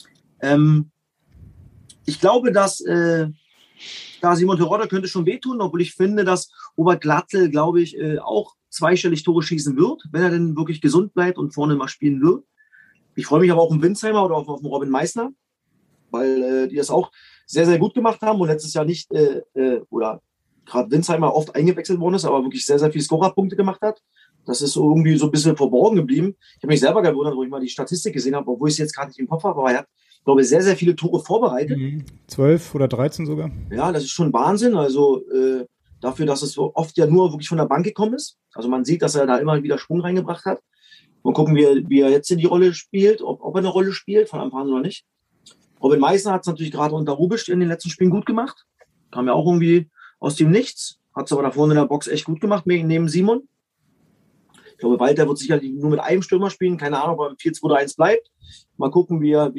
Ich glaube, dass Simon Terodde könnte schon wehtun, obwohl ich finde, dass Robert Glatzel, glaube ich, auch zweistellig Tore schießen wird, wenn er denn wirklich gesund bleibt und vorne mal spielen wird. Ich freue mich aber auch um Winsheimer oder auf den Robin Meissner, weil die das auch sehr, sehr gut gemacht haben und letztes Jahr nicht, oder gerade Winsheimer oft eingewechselt worden ist, aber wirklich sehr, sehr viele Scorerpunkte gemacht hat. Das ist irgendwie so ein bisschen verborgen geblieben. Ich habe mich selber gewundert, wo ich mal die Statistik gesehen habe, obwohl ich es jetzt gerade nicht im Kopf habe, aber er hat, glaube ich, sehr, sehr viele Tore vorbereitet. 12 oder 13 sogar. Ja, das ist schon Wahnsinn. Also dafür, dass es oft ja nur wirklich von der Bank gekommen ist. Also man sieht, dass er da immer wieder Schwung reingebracht hat. Mal gucken, wie er jetzt in die Rolle spielt, ob er eine Rolle spielt, von Anfang an oder nicht. Robin Meissner hat es natürlich gerade unter Rubisch in den letzten Spielen gut gemacht. Kam ja auch irgendwie aus dem Nichts. Hat es aber da vorne in der Box echt gut gemacht, neben Simon. Ich glaube, Walter wird sicherlich nur mit einem Stürmer spielen. Keine Ahnung, ob er 4-2-3-1 bleibt. Mal gucken,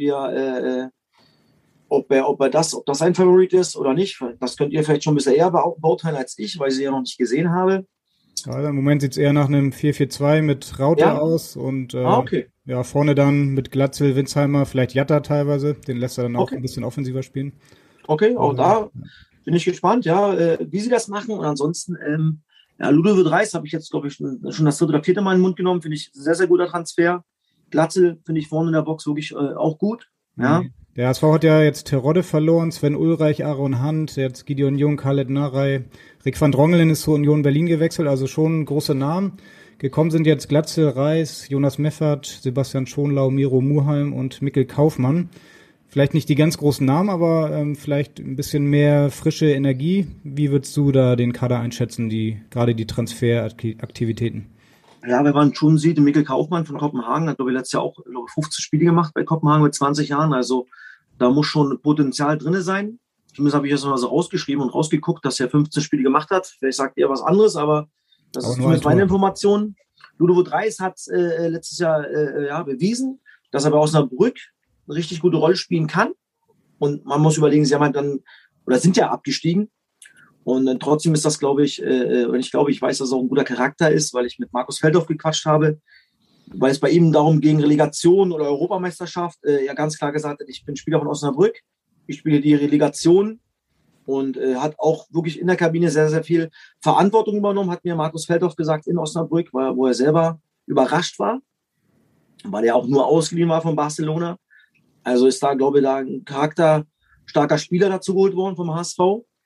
ob das sein Favorit ist oder nicht. Das könnt ihr vielleicht schon ein bisschen eher beurteilen als ich, weil ich sie ja noch nicht gesehen habe. Ja, im Moment sieht es eher nach einem 4-4-2 mit Rauter aus und okay. Ja, vorne dann mit Glatzel, Winsheimer, vielleicht Jatta teilweise. Den lässt er dann auch ein bisschen offensiver spielen. Okay, auch da bin ich gespannt, wie sie das machen. Und ansonsten, Ludovic Reis habe ich jetzt, glaube ich, schon das 3. oder 4. Mal in den Mund genommen. Finde ich sehr, sehr guter Transfer. Glatzel finde ich vorne in der Box wirklich auch gut. Ja. Der HSV hat ja jetzt Terodde verloren, Sven Ulreich, Aaron Hunt, jetzt Gideon Jung, Khaled Narey, Rick van Drongelen ist zur Union Berlin gewechselt, also schon große Namen. Gekommen sind jetzt Glatzel, Reis, Jonas Meffert, Sebastian Schonlau, Miro Muheim und Mikkel Kaufmann. Vielleicht nicht die ganz großen Namen, aber vielleicht ein bisschen mehr frische Energie. Wie würdest du da den Kader einschätzen, gerade die Transferaktivitäten? Ja, wenn man schon sieht, Mikkel Kaufmann von Kopenhagen hat, glaube ich, letztes Jahr auch 15 Spiele gemacht bei Kopenhagen mit 20 Jahren. Also da muss schon Potenzial drin sein. Zumindest habe ich das mal so rausgeschrieben und rausgeguckt, dass er 15 Spiele gemacht hat. Vielleicht sagt ihr was anderes, aber das ist zumindest meine Information. Ludovic Reis hat letztes Jahr bewiesen, dass er bei Osnabrück eine richtig gute Rolle spielen kann. Und man muss überlegen, sie haben halt dann, oder sind ja abgestiegen. Und trotzdem ist das, glaube ich, und ich weiß, dass es auch ein guter Charakter ist, weil ich mit Markus Feldhoff gequatscht habe, weil es bei ihm darum gegen Relegation oder Europameisterschaft ganz klar gesagt hat, ich bin Spieler von Osnabrück, ich spiele die Relegation und hat auch wirklich in der Kabine sehr, sehr viel Verantwortung übernommen, hat mir Markus Feldhoff gesagt in Osnabrück, wo er selber überrascht war, weil er auch nur ausgeliehen war von Barcelona. Also ist da, glaube ich, ein charakterstarker Spieler dazu geholt worden vom HSV.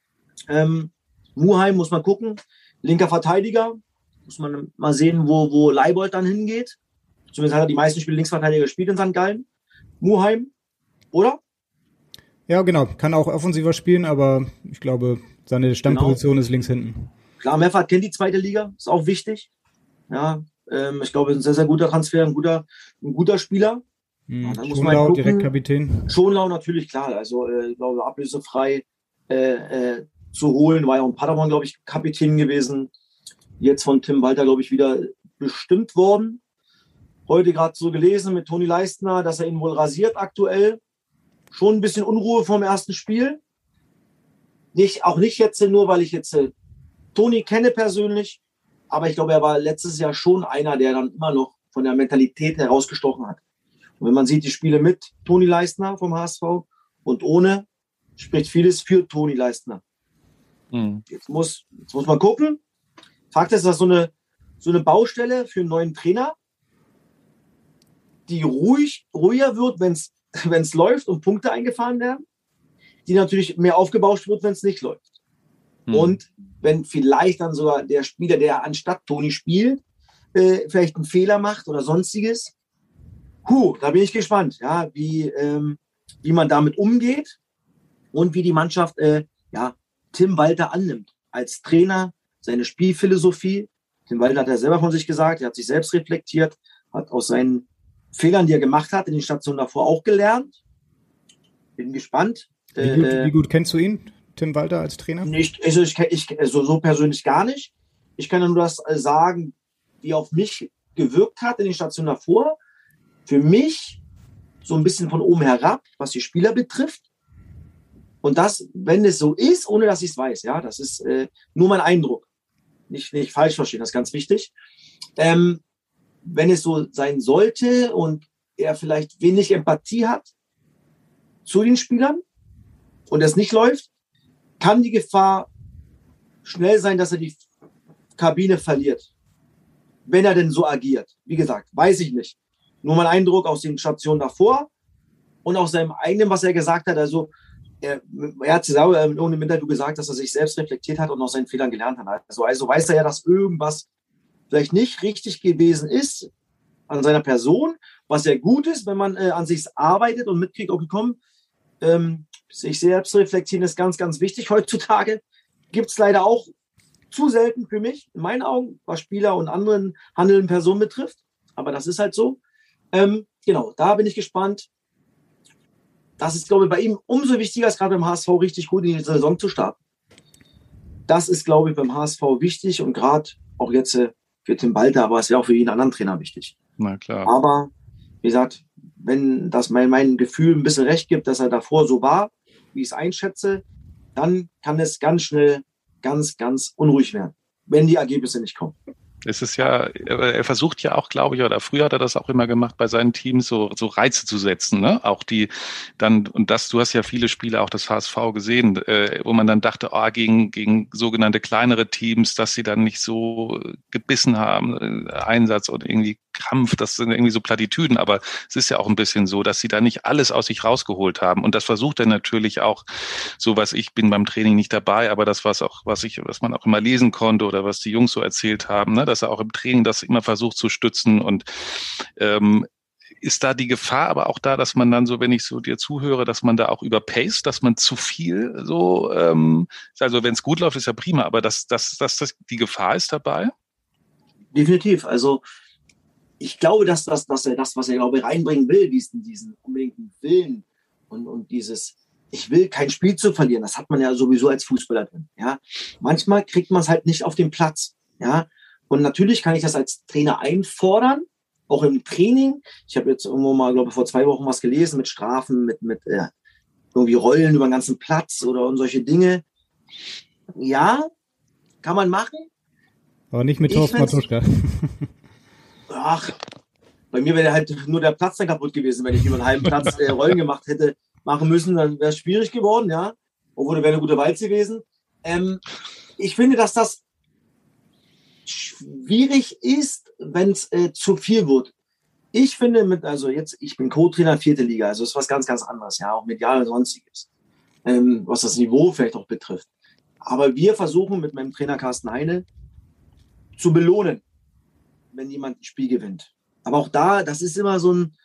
Muheim muss man gucken, linker Verteidiger, muss man mal sehen, wo Leibold dann hingeht. Zumindest hat er die meisten Spiele Linksverteidiger gespielt in St. Gallen. Muheim, oder? Ja, genau, kann auch offensiver spielen, aber ich glaube, seine Stammposition ist links hinten. Klar, Meffert kennt die zweite Liga, ist auch wichtig. Ja, ich glaube, ein sehr, sehr guter Transfer, ein guter Spieler. Schonlau, direkt Kapitän. Schonlau natürlich, klar, also ich glaube, ablösefrei zu holen, war ja auch in Paderborn, glaube ich, Kapitän gewesen. Jetzt von Tim Walter, glaube ich, wieder bestimmt worden. Heute gerade so gelesen mit Toni Leistner, dass er ihn wohl rasiert aktuell. Schon ein bisschen Unruhe vom ersten Spiel. Auch nicht jetzt nur, weil ich jetzt Toni kenne persönlich, aber ich glaube, er war letztes Jahr schon einer, der dann immer noch von der Mentalität herausgestochen hat. Und wenn man sieht, die Spiele mit Toni Leistner vom HSV und ohne, spricht vieles für Toni Leistner. Jetzt muss man gucken. Fakt ist, dass so eine Baustelle für einen neuen Trainer, die ruhiger wird, wenn es läuft und Punkte eingefahren werden, die natürlich mehr aufgebauscht wird, wenn es nicht läuft. Und wenn vielleicht dann sogar der Spieler, der anstatt Toni spielt, vielleicht einen Fehler macht oder sonstiges, da bin ich gespannt, wie man damit umgeht und wie die Mannschaft Tim Walter annimmt als Trainer, seine Spielphilosophie. Tim Walter hat ja selber von sich gesagt, er hat sich selbst reflektiert, hat aus seinen Fehlern, die er gemacht hat, in den Stationen davor auch gelernt. Bin gespannt. Wie gut kennst du ihn, Tim Walter, als Trainer? Nicht, also so persönlich gar nicht. Ich kann nur das sagen, wie auf mich gewirkt hat in den Stationen davor. Für mich so ein bisschen von oben herab, was die Spieler betrifft. Und das, wenn es so ist, ohne dass ich es weiß, ja, das ist nur mein Eindruck. Nicht falsch verstehen, das ist ganz wichtig. Wenn es so sein sollte und er vielleicht wenig Empathie hat zu den Spielern und es nicht läuft, kann die Gefahr schnell sein, dass er die Kabine verliert. Wenn er denn so agiert. Wie gesagt, weiß ich nicht. Nur mein Eindruck aus den Stationen davor und aus seinem eigenen, was er gesagt hat. Also er hat es auch in einem Interview gesagt, dass er sich selbst reflektiert hat und aus seinen Fehlern gelernt hat. Also weiß er ja, dass irgendwas vielleicht nicht richtig gewesen ist an seiner Person, was ja gut ist, wenn man an sich arbeitet und mitkriegt, okay, komm, sich selbst reflektieren ist ganz, ganz wichtig. Heutzutage gibt es leider auch zu selten für mich, in meinen Augen, was Spieler und anderen handelnden Personen betrifft. Aber das ist halt so. Genau, da bin ich gespannt. Das ist, glaube ich, bei ihm umso wichtiger, als gerade beim HSV richtig gut in die Saison zu starten. Das ist, glaube ich, beim HSV wichtig und gerade auch jetzt für Tim Walter, aber es wäre auch für jeden anderen Trainer wichtig. Na klar. Aber, wie gesagt, wenn das mein Gefühl ein bisschen recht gibt, dass er davor so war, wie ich es einschätze, dann kann es ganz schnell ganz, ganz unruhig werden, wenn die Ergebnisse nicht kommen. Es ist ja, er versucht ja auch, glaube ich, oder früher hat er das auch immer gemacht, bei seinen Teams so Reize zu setzen, ne? Auch die dann, und das, du hast ja viele Spiele auch des HSV gesehen, wo man dann dachte, gegen sogenannte kleinere Teams, dass sie dann nicht so gebissen haben, Einsatz und irgendwie Krampf, das sind irgendwie so Plattitüden, aber es ist ja auch ein bisschen so, dass sie da nicht alles aus sich rausgeholt haben. Und das versucht er natürlich auch, so was ich bin beim Training nicht dabei, aber das was man auch immer lesen konnte oder was die Jungs so erzählt haben, ne, dass er auch im Training das immer versucht zu stützen. Und ist da die Gefahr aber auch da, dass man dann so, wenn ich so dir zuhöre, dass man da auch überpaced, dass man zu viel so, also wenn es gut läuft, ist ja prima, aber dass die Gefahr ist dabei? Definitiv. Also ich glaube, dass er das, was er, glaube ich, reinbringen will, diesen unbedingten Willen und dieses, ich will kein Spiel zu verlieren, das hat man ja sowieso als Fußballer drin. Ja? Manchmal kriegt man es halt nicht auf den Platz. Ja? Und natürlich kann ich das als Trainer einfordern, auch im Training. Ich habe jetzt irgendwo mal, glaube ich, vor 2 Wochen was gelesen mit Strafen, mit irgendwie Rollen über den ganzen Platz und solche Dinge. Ja, kann man machen. Aber nicht mit Thorsten Matuschka. Ach, bei mir wäre halt nur der Platz dann kaputt gewesen, wenn ich über einen halben Platz Rollen machen müssen, dann wäre es schwierig geworden, ja. Obwohl, wäre eine gute Walze gewesen. Ich finde, dass das schwierig ist, wenn es zu viel wird. Ich finde, ich bin Co-Trainer 4. Liga, also das ist was ganz, ganz anderes, ja, auch medial und sonstiges, was das Niveau vielleicht auch betrifft. Aber wir versuchen mit meinem Trainer Carsten Heine zu belohnen, wenn jemand ein Spiel gewinnt. Aber auch da, das ist immer so ein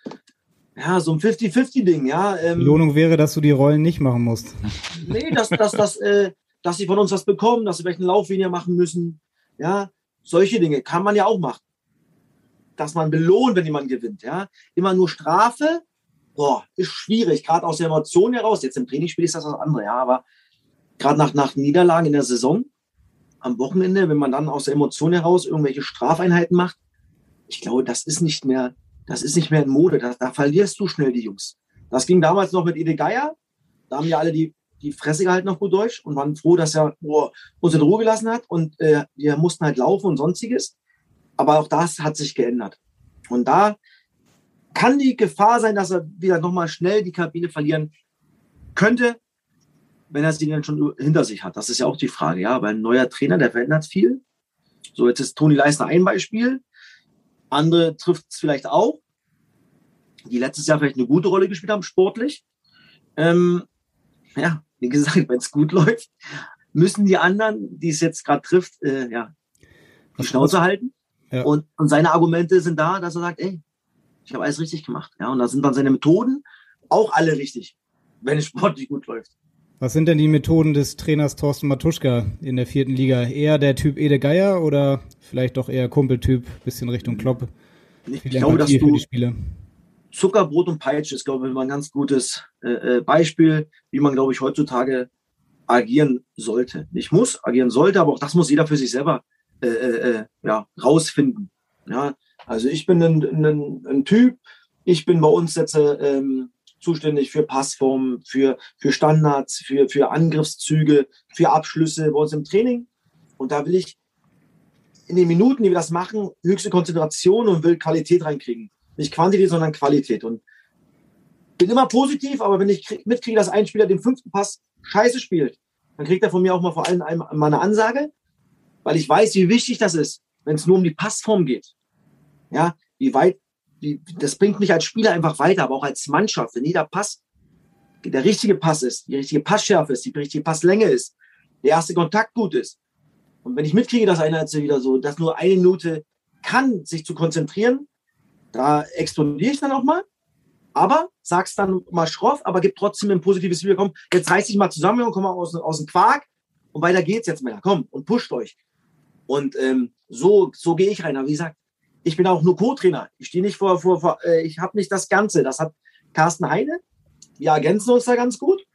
50-50-Ding, ja. Belohnung wäre, dass du die Rollen nicht machen musst. Nee, dass sie von uns was bekommen, dass sie vielleicht einen Lauf weniger machen müssen. Ja, solche Dinge kann man ja auch machen. Dass man belohnt, wenn jemand gewinnt, ja. Immer nur Strafe, ist schwierig, gerade aus der Emotion heraus. Jetzt im Trainingsspiel ist das was anderes, ja, aber gerade nach Niederlagen in der Saison, am Wochenende, wenn man dann aus der Emotion heraus irgendwelche Strafeinheiten macht, ich glaube, das ist nicht mehr in Mode. Da verlierst du schnell die Jungs. Das ging damals noch mit Ede Geier. Da haben ja alle die Fresse gehalten auf gut Deutsch und waren froh, dass er uns in Ruhe gelassen hat und wir mussten halt laufen und sonstiges. Aber auch das hat sich geändert. Und da kann die Gefahr sein, dass er wieder nochmal schnell die Kabine verlieren könnte, wenn er sie dann schon hinter sich hat. Das ist ja auch die Frage, ja. Aber ein neuer Trainer, der verändert viel. So, jetzt ist Toni Leisner ein Beispiel. Andere trifft es vielleicht auch, die letztes Jahr vielleicht eine gute Rolle gespielt haben, sportlich. Wie gesagt, wenn es gut läuft, müssen die anderen, die es jetzt gerade trifft, die Schnauze halten. Ja. Und seine Argumente sind da, dass er sagt, ich habe alles richtig gemacht. Ja, und da sind dann seine Methoden auch alle richtig, wenn es sportlich gut läuft. Was sind denn die Methoden des Trainers Thorsten Matuschka in der 4. Liga? Eher der Typ Ede Geier oder vielleicht doch eher Kumpeltyp, bisschen Richtung Klopp? Ich glaube, dass du Zuckerbrot und Peitsche ist, glaube ich, immer ein ganz gutes Beispiel, wie man, glaube ich, heutzutage agieren sollte. Nicht muss, agieren sollte, aber auch das muss jeder für sich selber rausfinden. Ja, also ich bin ein Typ, ich bin bei uns jetzt zuständig für Passformen, für Standards, für Angriffszüge, für Abschlüsse bei uns im Training. Und da will ich in den Minuten, die wir das machen, höchste Konzentration und will Qualität reinkriegen. Nicht Quantität, sondern Qualität. Und bin immer positiv, aber wenn ich mitkriege, dass ein Spieler den 5. Pass scheiße spielt, dann kriegt er von mir auch mal vor allem mal eine Ansage, weil ich weiß, wie wichtig das ist, wenn es nur um die Passform geht. Ja, das bringt mich als Spieler einfach weiter, aber auch als Mannschaft. Wenn jeder Pass der richtige Pass ist, die richtige Passschärfe ist, die richtige Passlänge ist, der erste Kontakt gut ist. Und wenn ich mitkriege, dass einer jetzt wieder so, dass nur 1 Minute kann, sich zu konzentrieren, da explodiere ich dann auch mal, aber sag's dann mal schroff, aber gib trotzdem ein positives Feedback. Komm, jetzt reiß dich mal zusammen und komm mal aus dem Quark und weiter geht's jetzt, Männer. Komm und pusht euch. Und so gehe ich rein. Aber wie gesagt, ich bin auch nur Co-Trainer. Ich stehe nicht ich habe nicht das Ganze. Das hat Carsten Heine. Wir ergänzen uns da ganz gut.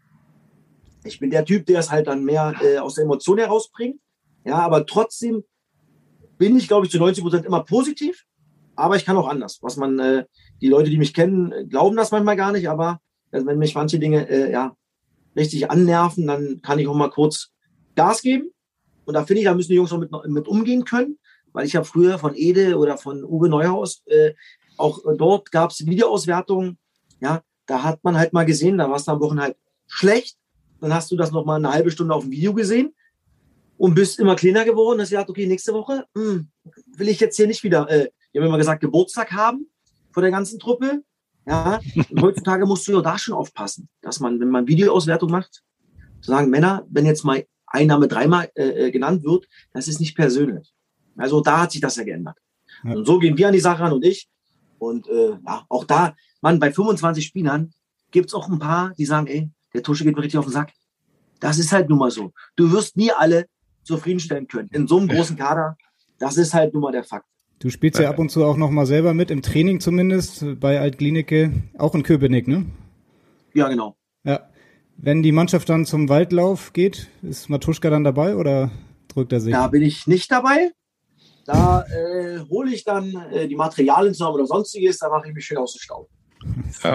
Ich bin der Typ, der es halt dann mehr aus der Emotion herausbringt. Ja, aber trotzdem bin ich, glaube ich, zu 90% immer positiv. Aber ich kann auch anders. Was man, die Leute, die mich kennen, glauben das manchmal gar nicht. Aber wenn mich manche Dinge richtig annerven, dann kann ich auch mal kurz Gas geben. Und da finde ich, da müssen die Jungs auch mit umgehen können. Weil ich habe früher von Ede oder von Uwe Neuhaus, auch dort gab es Videoauswertungen. Ja, da hat man halt mal gesehen, da war es am Wochenende halt schlecht. Dann hast du das noch mal eine halbe Stunde auf dem Video gesehen und bist immer kleiner geworden. Dass ich dachte, okay, nächste Woche will ich jetzt hier nicht wieder, wir haben immer gesagt, Geburtstag haben vor der ganzen Truppe. Ja, und heutzutage musst du ja da schon aufpassen, dass man, wenn man Videoauswertung macht, zu sagen, Männer, wenn jetzt mal ein Name 3-mal genannt wird, das ist nicht persönlich. Also da hat sich das ja geändert. Ja. Und so gehen wir an die Sache ran und ich. Und auch da, Mann, bei 25 Spielern gibt es auch ein paar, die sagen, ey, der Tusche geht mir richtig auf den Sack. Das ist halt nun mal so. Du wirst nie alle zufriedenstellen können. In so einem großen Kader, das ist halt nun mal der Fakt. Du spielst ja ab und zu auch noch mal selber mit, im Training zumindest, bei Alt-Glienicke, auch in Köpenick, ne? Ja, genau. Ja. Wenn die Mannschaft dann zum Waldlauf geht, ist Matuschka dann dabei oder drückt er sich? Da bin ich nicht dabei. Da hole ich dann die Materialien zusammen oder sonstiges, da mache ich mich schön aus dem Staub. Ja,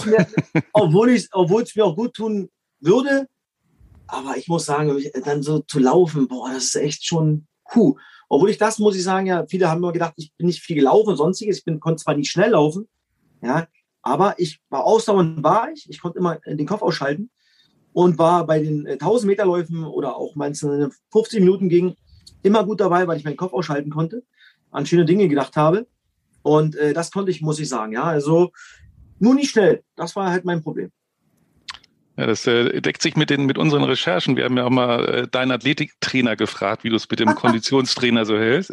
obwohl es mir auch gut tun würde, aber ich muss sagen, dann so zu laufen, boah, das ist echt schon Obwohl muss ich sagen, ja, viele haben immer gedacht, ich bin nicht viel gelaufen und sonstiges, konnte zwar nicht schnell laufen, ja, aber ich war ausdauernd, ich konnte immer den Kopf ausschalten und war bei den 1000 Meter Läufen oder auch meistens 50 Minuten ging, immer gut dabei, weil ich meinen Kopf ausschalten konnte, an schöne Dinge gedacht habe. Und das konnte ich, muss ich sagen. Ja, also nur nicht schnell. Das war halt mein Problem. Ja, das deckt sich mit unseren Recherchen. Wir haben ja auch mal deinen Athletiktrainer gefragt, wie du es mit dem Konditionstraining so hältst.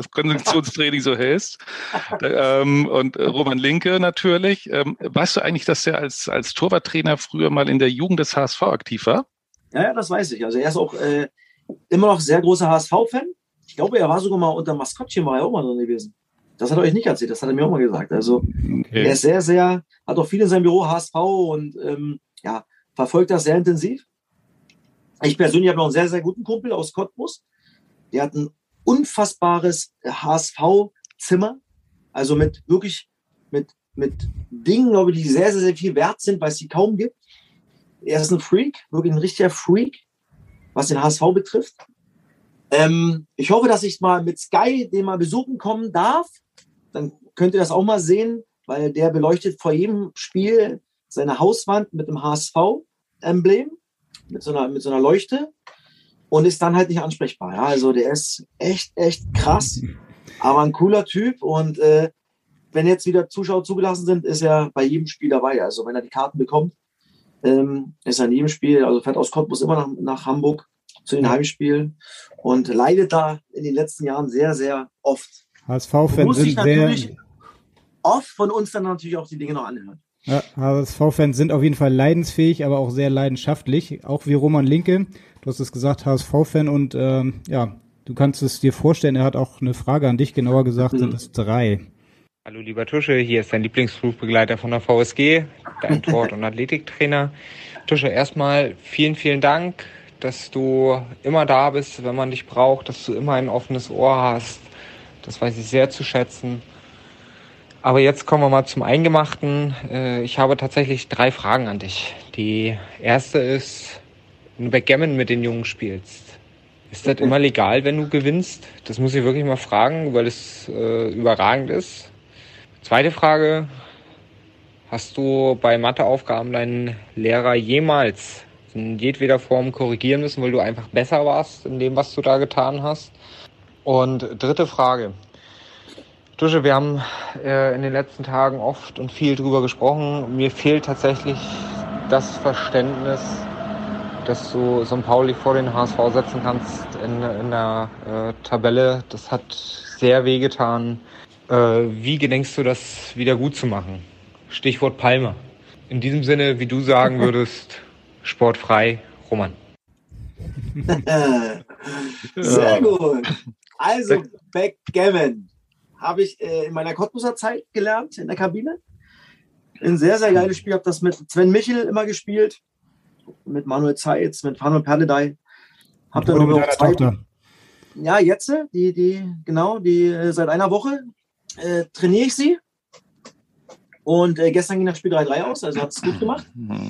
Und Roman Linke natürlich. Weißt du eigentlich, dass er als Torwarttrainer früher mal in der Jugend des HSV aktiv war? Ja, das weiß ich. Also er ist auch immer noch sehr großer HSV-Fan. Ich glaube, er war sogar mal unter Maskottchen, war er auch mal drin gewesen. Das hat er euch nicht erzählt, das hat er mir auch mal gesagt. Also Er ist sehr, hat auch viel in seinem Büro HSV und verfolgt das sehr intensiv. Ich persönlich habe noch einen sehr, sehr guten Kumpel aus Cottbus. Der hat ein unfassbares HSV-Zimmer. Also mit Dingen, glaube ich, die sehr, sehr, sehr viel wert sind, weil es die kaum gibt. Er ist ein Freak, wirklich ein richtiger Freak, was den HSV betrifft. Ich hoffe, dass ich mal mit Sky den mal besuchen kommen darf. Dann könnt ihr das auch mal sehen, weil der beleuchtet vor jedem Spiel seine Hauswand mit dem HSV-Emblem, mit so einer Leuchte und ist dann halt nicht ansprechbar. Ja, also der ist echt krass, aber ein cooler Typ und wenn jetzt wieder Zuschauer zugelassen sind, ist er bei jedem Spiel dabei. Also wenn er die Karten bekommt, ist er in jedem Spiel, also fährt aus Cottbus immer nach Hamburg zu den Heimspielen und leidet da in den letzten Jahren sehr, sehr oft. HSV-Fans sind natürlich oft von uns dann natürlich auch die Dinge noch anhören. Ja, HSV-Fans sind auf jeden Fall leidensfähig, aber auch sehr leidenschaftlich, auch wie Roman Linke. Du hast es gesagt, HSV-Fan und du kannst es dir vorstellen, er hat auch eine Frage an dich, genauer gesagt sind es 3. Hallo lieber Tusche, hier ist dein Lieblingsflugbegleiter von der VSG, dein Sport- und Athletiktrainer. Tusche, erstmal vielen, vielen Dank, dass du immer da bist, wenn man dich braucht, dass du immer ein offenes Ohr hast. Das weiß ich sehr zu schätzen. Aber jetzt kommen wir mal zum Eingemachten. Ich habe tatsächlich 3 Fragen an dich. Die erste ist, wenn du Backgammon mit den Jungen spielst, ist das immer legal, wenn du gewinnst? Das muss ich wirklich mal fragen, weil es überragend ist. Zweite Frage, hast du bei Matheaufgaben deinen Lehrer jemals in jedweder Form korrigieren müssen, weil du einfach besser warst in dem, was du da getan hast? Und dritte Frage, Tusche, wir haben in den letzten Tagen oft und viel drüber gesprochen. Mir fehlt tatsächlich das Verständnis, dass du St. Pauli vor den HSV setzen kannst in der Tabelle. Das hat sehr wehgetan. Wie gedenkst du, das wieder gut zu machen? Stichwort Palme. In diesem Sinne, wie du sagen würdest, sportfrei, Roman. Sehr gut. Also, Backgammon habe ich in meiner Cottbuser Zeit gelernt, in der Kabine. Ein sehr, sehr geiles Spiel. Habe das mit Sven Michel immer gespielt, mit Manuel Zeitz, mit Manuel Perledey. Habe dann noch 2. Tochter. Ja, jetzt, die seit einer Woche trainiere ich sie. Und gestern ging das Spiel 3-3 aus, also hat es gut gemacht.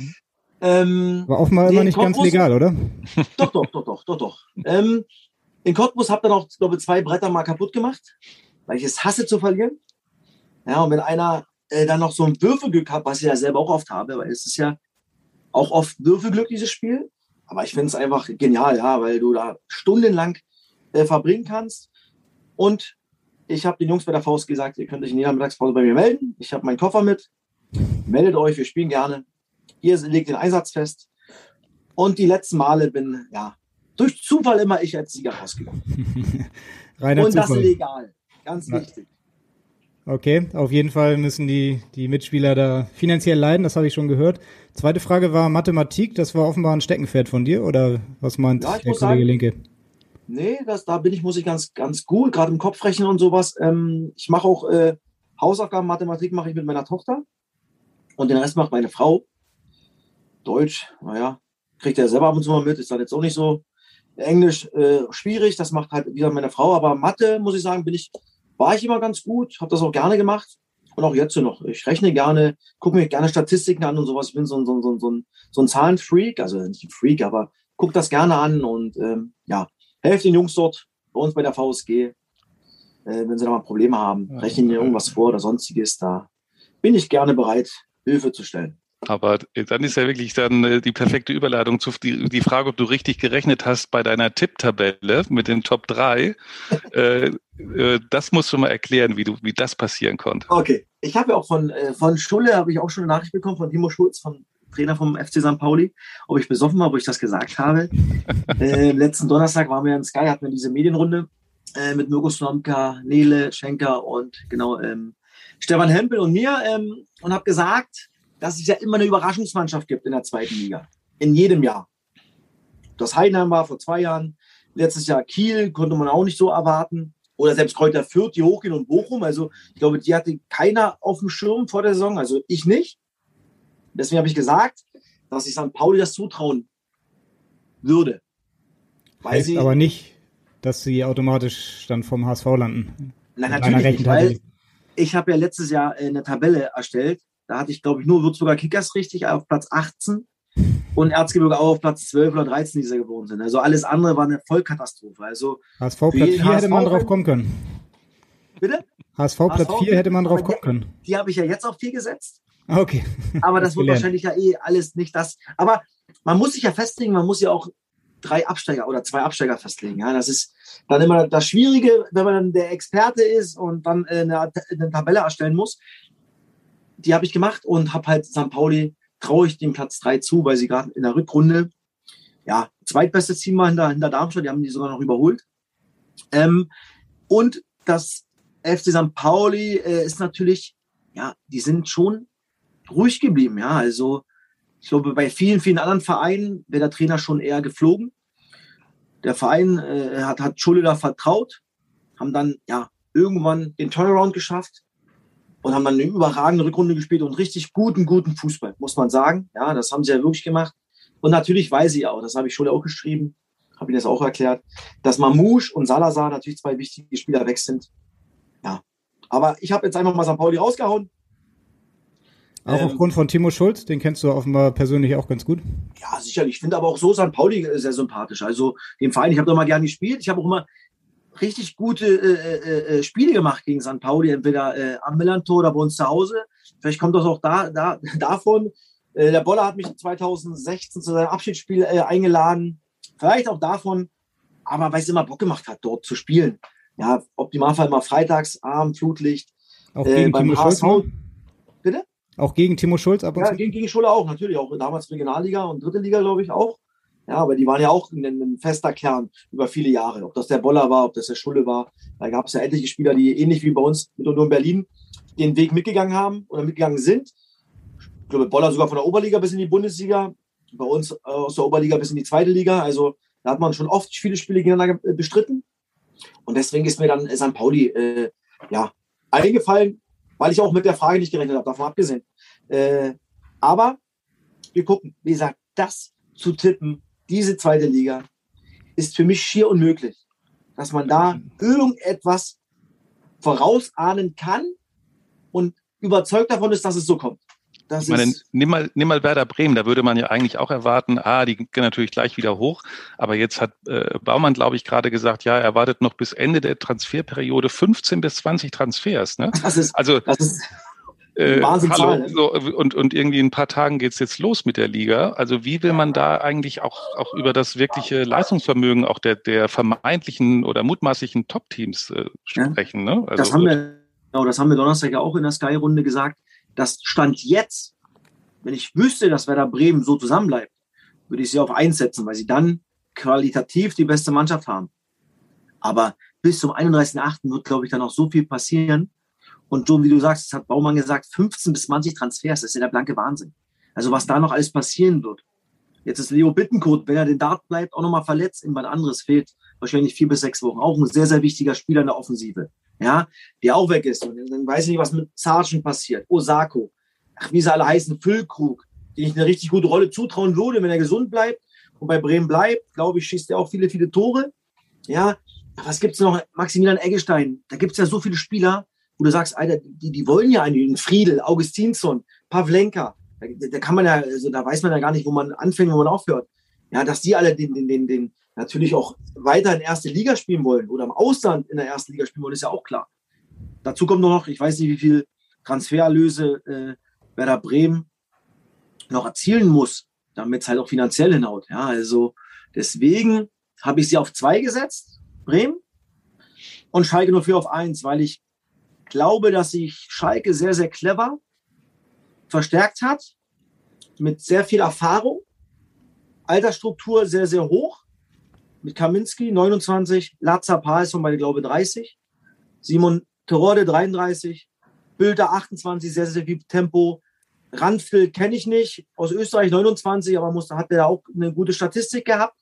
War offenbar immer nicht ganz legal, oder? Doch. In Cottbus habe dann auch, glaube ich, 2 Bretter mal kaputt gemacht, weil ich es hasse zu verlieren. Ja, und wenn einer dann noch so ein Würfelglück hat, was ich ja selber auch oft habe, weil es ist ja auch oft Würfelglück, dieses Spiel. Aber ich finde es einfach genial, ja, weil du da stundenlang verbringen kannst. Und ich habe den Jungs bei der Faust gesagt, ihr könnt euch in jeder Mittagspause bei mir melden. Ich habe meinen Koffer mit. Meldet euch, wir spielen gerne. Ihr legt den Einsatz fest. Und die letzten Male bin, ja, durch Zufall immer ich als Sieger rausgegangen. Und das legal. Ganz wichtig. Okay, auf jeden Fall müssen die Mitspieler da finanziell leiden, das habe ich schon gehört. Zweite Frage war Mathematik, das war offenbar ein Steckenpferd von dir, oder was meint der Kollege Linke? Nee, da bin ich, muss ich ganz, ganz gut, gerade im Kopfrechnen und sowas. Ich mache auch Hausaufgaben, Mathematik mache ich mit meiner Tochter und den Rest macht meine Frau. Deutsch, naja, kriegt er selber ab und zu mal mit, ist dann jetzt auch nicht so. Englisch schwierig, das macht halt wieder meine Frau, aber Mathe, muss ich sagen, war ich immer ganz gut, habe das auch gerne gemacht und auch jetzt noch. Ich rechne gerne, gucke mir gerne Statistiken an und sowas. Ich bin so ein Zahlenfreak, also nicht ein Freak, aber gucke das gerne an und helfe den Jungs dort bei uns bei der VSG, wenn sie da mal Probleme haben, rechnen mir irgendwas vor oder sonstiges, da bin ich gerne bereit, Hilfe zu stellen. Aber dann ist ja wirklich dann die perfekte Überleitung zu die Frage, ob du richtig gerechnet hast bei deiner Tipptabelle mit den Top 3. Das musst du mal erklären, wie das passieren konnte. Okay, ich habe ja auch von Schulle, habe ich auch schon eine Nachricht bekommen, von Timo Schulz, vom Trainer vom FC St. Pauli, ob ich besoffen war, ob ich das gesagt habe. Letzten Donnerstag waren wir in Sky, hatten wir diese Medienrunde mit Mirko Slomka, Nele Schenker und Stefan Hempel und mir und habe gesagt, dass es ja immer eine Überraschungsmannschaft gibt in der 2. Liga. In jedem Jahr. Das Heidenheim war vor 2 Jahren. Letztes Jahr Kiel konnte man auch nicht so erwarten. Oder selbst Kräuter Fürth, die hochgehen und Bochum. Also ich glaube, die hatte keiner auf dem Schirm vor der Saison. Also ich nicht. Deswegen habe ich gesagt, dass ich St. Pauli das zutrauen würde. Heißt aber nicht, dass sie automatisch dann vom HSV landen. Nein, natürlich nicht, weil ich habe ja letztes Jahr eine Tabelle erstellt. Da hatte ich, glaube ich, nur Würzburger Kickers richtig auf Platz 18 und Erzgebirge auch auf Platz 12 oder 13, die sie geworden sind. Also alles andere war eine Vollkatastrophe. Also HSV Platz 4 hätte man drauf kommen können. Bitte? HSV Platz 4 hätte man drauf kommen können. Die habe ich ja jetzt auf 4 gesetzt. Okay. Aber das wird wahrscheinlich ja alles nicht das. Aber man muss sich ja festlegen, man muss ja auch 3 Absteiger oder 2 Absteiger festlegen. Ja, das ist dann immer das Schwierige, wenn man dann der Experte ist und dann eine Tabelle erstellen muss. Die habe ich gemacht und habe halt St. Pauli, traue ich den Platz 3 zu, weil sie gerade in der Rückrunde, ja, zweitbestes Team war hinter Darmstadt, die haben die sogar noch überholt. Und das FC St. Pauli ist natürlich, ja, die sind schon ruhig geblieben, ja, also ich glaube, bei vielen, vielen anderen Vereinen wäre der Trainer schon eher geflogen. Der Verein hat Schulle da vertraut, haben dann, ja, irgendwann den Turnaround geschafft. und haben dann eine überragende Rückrunde gespielt und richtig guten Fußball, muss man sagen. Ja, das haben sie ja wirklich gemacht. Und natürlich weiß ich auch, das habe ich schon auch geschrieben, habe Ihnen das auch erklärt, dass Mamouche und Salazar natürlich 2 wichtige Spieler weg sind. Ja, aber ich habe jetzt einfach mal St. Pauli rausgehauen. Auch aufgrund von Timo Schulz, den kennst du offenbar persönlich auch ganz gut. Ja, sicherlich. Ich finde aber auch so St. Pauli sehr sympathisch. Also den Verein, ich habe doch mal gerne gespielt. Ich habe auch immer richtig gute Spiele gemacht gegen St. Pauli, entweder am Millantor oder bei uns zu Hause. Vielleicht kommt das auch davon. Der Boller hat mich 2016 zu seinem Abschiedsspiel eingeladen. Vielleicht auch davon, aber weil es immer Bock gemacht hat, dort zu spielen. Ja, Optimalfall mal freitags, Abend, Flutlicht. Auch gegen beim Timo HSV. Schulz? Bitte? Auch gegen Timo Schulz ab und zu? Ja, gegen Schule auch, natürlich. Auch damals Regionalliga und 3. Liga, glaube ich, auch. Ja, aber die waren ja auch ein fester Kern über viele Jahre. Ob das der Boller war, ob das der Schulle war. Da gab es ja etliche Spieler, die ähnlich wie bei uns mit Union Berlin den Weg mitgegangen haben oder mitgegangen sind. Ich glaube, Boller sogar von der Oberliga bis in die Bundesliga. Bei uns aus der Oberliga bis in die 2. Liga. Also da hat man schon oft viele Spiele gegeneinander bestritten. Und deswegen ist mir dann St. Pauli eingefallen, weil ich auch mit der Frage nicht gerechnet habe, davon abgesehen. Aber wir gucken, wie gesagt, das zu tippen, diese 2. Liga, ist für mich schier unmöglich. Dass man da irgendetwas vorausahnen kann und überzeugt davon ist, dass es so kommt. Ich meine, nimm mal Werder Bremen, da würde man ja eigentlich auch erwarten, die gehen natürlich gleich wieder hoch, aber jetzt hat Baumann, glaube ich, gerade gesagt, ja, er erwartet noch bis Ende der Transferperiode 15 bis 20 Transfers. Ne? Das ist Wahnsinn. Hallo, so, und irgendwie in ein paar Tagen geht's jetzt los mit der Liga. Also wie will man da eigentlich auch über das wirkliche Leistungsvermögen auch der vermeintlichen oder mutmaßlichen Top-Teams sprechen? Ne? Also, das haben wir Donnerstag ja auch in der Sky-Runde gesagt. Das Stand jetzt, wenn ich wüsste, dass Werder Bremen so zusammenbleibt, würde ich sie auf 1 setzen, weil sie dann qualitativ die beste Mannschaft haben. Aber bis zum 31.8. wird, glaube ich, dann auch so viel passieren. Und so wie du sagst, das hat Baumann gesagt, 15 bis 20 Transfers, das ist ja der blanke Wahnsinn. Also was da noch alles passieren wird. Jetzt ist Leo Bittencourt, wenn er den Dart bleibt, auch nochmal verletzt, irgendwann anderes fehlt wahrscheinlich 4 bis 6 Wochen. Auch ein sehr, sehr wichtiger Spieler in der Offensive. Ja, der auch weg ist. Und dann weiß ich nicht, was mit Sargent passiert. Osako. Wie sie alle heißen, Füllkrug, den ich eine richtig gute Rolle zutrauen würde, wenn er gesund bleibt und bei Bremen bleibt, glaube ich, schießt er auch viele, viele Tore. Ja, was gibt's noch? Maximilian Eggestein. Da gibt's ja so viele Spieler, wo du sagst, Alter, die wollen ja einen Friedel, Augustinsson, Pavlenka. Da kann man ja, also da weiß man ja gar nicht, wo man anfängt, wo man aufhört. Ja, dass die alle den natürlich auch weiter in erste Liga spielen wollen oder im Ausland in der ersten Liga spielen wollen, ist ja auch klar. Dazu kommt noch, ich weiß nicht, wie viel Transfererlöse Werder Bremen noch erzielen muss, damit es halt auch finanziell hinhaut. Ja, also deswegen habe ich sie auf 2 gesetzt, Bremen, und Schalke 04 auf 1, weil ich glaube, dass sich Schalke sehr, sehr clever verstärkt hat, mit sehr viel Erfahrung, Altersstruktur sehr, sehr hoch, mit Kaminski 29, Latza Palsson bei, glaube ich, 30, Simon Terodde 33, Bülter 28, sehr, sehr viel Tempo, Ranfil kenne ich nicht, aus Österreich 29, aber hat der auch eine gute Statistik gehabt,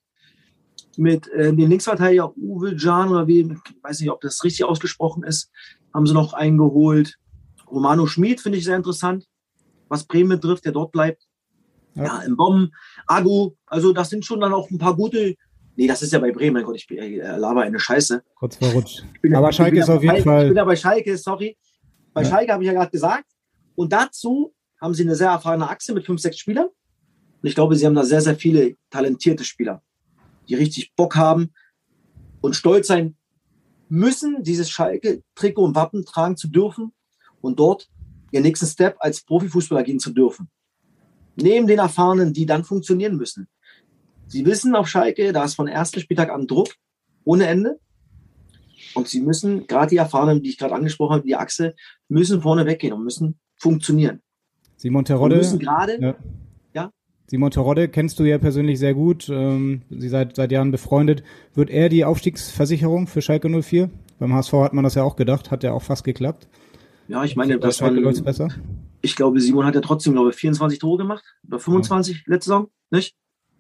mit dem Linksverteidiger Uwe Can oder wie, ich weiß nicht, ob das richtig ausgesprochen ist, haben sie noch eingeholt. Romano Schmid finde ich sehr interessant, was Bremen betrifft, der dort bleibt. Ja, im Bomben, Agu, also das sind schon dann auch ein paar gute. Nee, das ist ja bei Bremen, mein Gott, ich laber eine Scheiße. Kurz verrutscht. Aber Schalke ist auf jeden Fall. Ich bin ja bei Schalke, sorry. Bei Schalke habe ich ja gerade gesagt. Und dazu haben sie eine sehr erfahrene Achse mit 5, 6 Spielern. Und ich glaube, sie haben da sehr, sehr viele talentierte Spieler, die richtig Bock haben und stolz sein müssen, dieses Schalke-Trikot und Wappen tragen zu dürfen und dort ihren nächsten Step als Profifußballer gehen zu dürfen. Neben den Erfahrenen, die dann funktionieren müssen. Sie wissen auf Schalke, da ist von ersten Spieltag an Druck ohne Ende. Und sie müssen, gerade die Erfahrenen, die ich gerade angesprochen habe, die Achse, müssen vorne weggehen und müssen funktionieren. Simon Terodde. müssen gerade, ja. Simon Terodde kennst du ja persönlich sehr gut. Sie seid seit Jahren befreundet. Wird er die Aufstiegsversicherung für Schalke 04? Beim HSV hat man das ja auch gedacht, hat ja auch fast geklappt. Ja, ich meine, das war besser. Ich glaube, Simon hat ja trotzdem, 24 Tore gemacht oder 25 letzte Saison, nicht?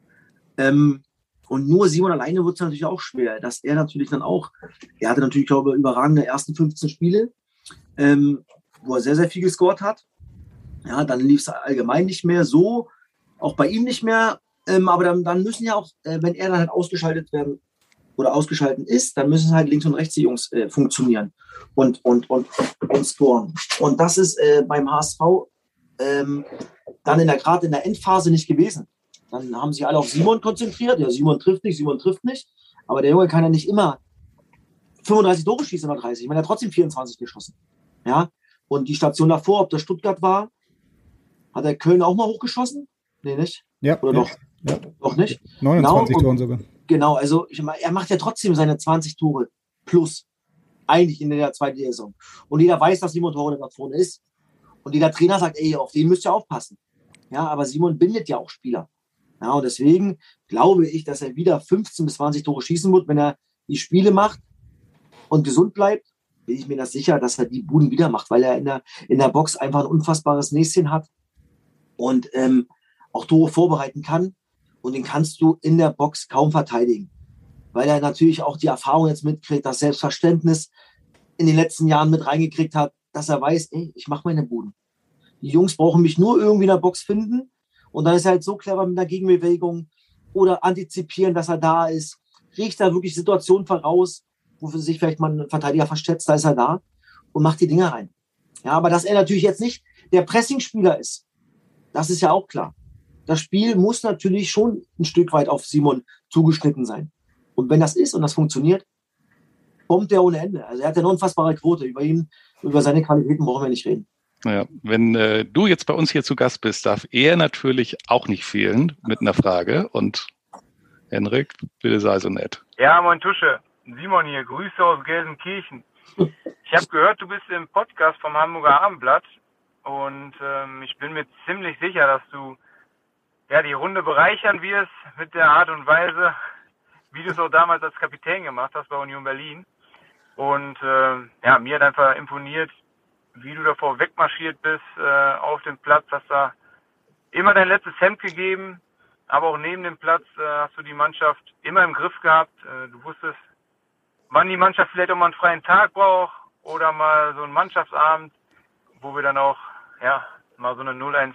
Und nur Simon alleine wird es natürlich auch schwer, dass er natürlich dann auch, er hatte natürlich, glaube ich, überragende ersten 15 Spiele. wo er sehr, sehr viel gescored hat. Ja, dann lief es allgemein nicht mehr so, auch bei ihm nicht mehr. Aber dann müssen ja auch, wenn er dann halt ausgeschaltet werden oder ausgeschaltet ist, dann müssen halt links und rechts die Jungs funktionieren und scoren. Und das ist beim HSV dann gerade in der Endphase nicht gewesen. Dann haben sich alle auf Simon konzentriert. Ja, Simon trifft nicht. Aber der Junge kann ja nicht immer 35 Tore schießen oder 30. Ich meine, er hat trotzdem 24 geschossen. Ja? Und die Station davor, ob das Stuttgart war, hat er Köln auch mal hochgeschossen? Nee, nicht? Ja. Oder ja. doch? Ja. Doch nicht? 29 Toren sogar. Genau, also er macht ja trotzdem seine 20 Tore plus. Eigentlich in der zweiten Saison. Und jeder weiß, dass Simon Terodde da vorne ist. Und jeder Trainer sagt, ey, auf den müsst ihr aufpassen. Ja, aber Simon bindet ja auch Spieler. Ja, und deswegen glaube ich, dass er wieder 15 bis 20 Tore schießen wird, wenn er die Spiele macht und gesund bleibt. Bin ich mir das sicher, dass er die Buden wieder macht, weil er in der Box einfach ein unfassbares Näschen hat und auch Tore vorbereiten kann. Und den kannst du in der Box kaum verteidigen, weil er natürlich auch die Erfahrung jetzt mitkriegt, das Selbstverständnis in den letzten Jahren mit reingekriegt hat, dass er weiß, ey, ich mache meine Buden. Die Jungs brauchen mich nur irgendwie in der Box finden und dann ist er halt so clever mit einer Gegenbewegung oder antizipieren, dass er da ist, riecht da wirklich Situationen voraus, wofür sich vielleicht mal ein Verteidiger versteckt, da ist er da und macht die Dinger rein. Ja, aber dass er natürlich jetzt nicht der Pressingspieler ist, das ist ja auch klar. Das Spiel muss natürlich schon ein Stück weit auf Simon zugeschnitten sein. Und wenn das ist und das funktioniert, bombt er ohne Ende. Also er hat ja eine unfassbare Quote. Über seine Qualitäten brauchen wir nicht reden. Ja, wenn du jetzt bei uns hier zu Gast bist, darf er natürlich auch nicht fehlen mit einer Frage. Und Henrik, bitte sei so nett. Ja, moin Tusche. Simon hier, Grüße aus Gelsenkirchen. Ich habe gehört, du bist im Podcast vom Hamburger Abendblatt und ich bin mir ziemlich sicher, dass du die Runde bereichern wirst mit der Art und Weise, wie du es auch damals als Kapitän gemacht hast bei Union Berlin. Und mir hat einfach imponiert, wie du davor wegmarschiert bist auf dem Platz. Hast da immer dein letztes Hemd gegeben, aber auch neben dem Platz hast du die Mannschaft immer im Griff gehabt. Du wusstest, wann die Mannschaft vielleicht auch mal einen freien Tag braucht oder mal so einen Mannschaftsabend, wo wir dann auch mal so eine 0-1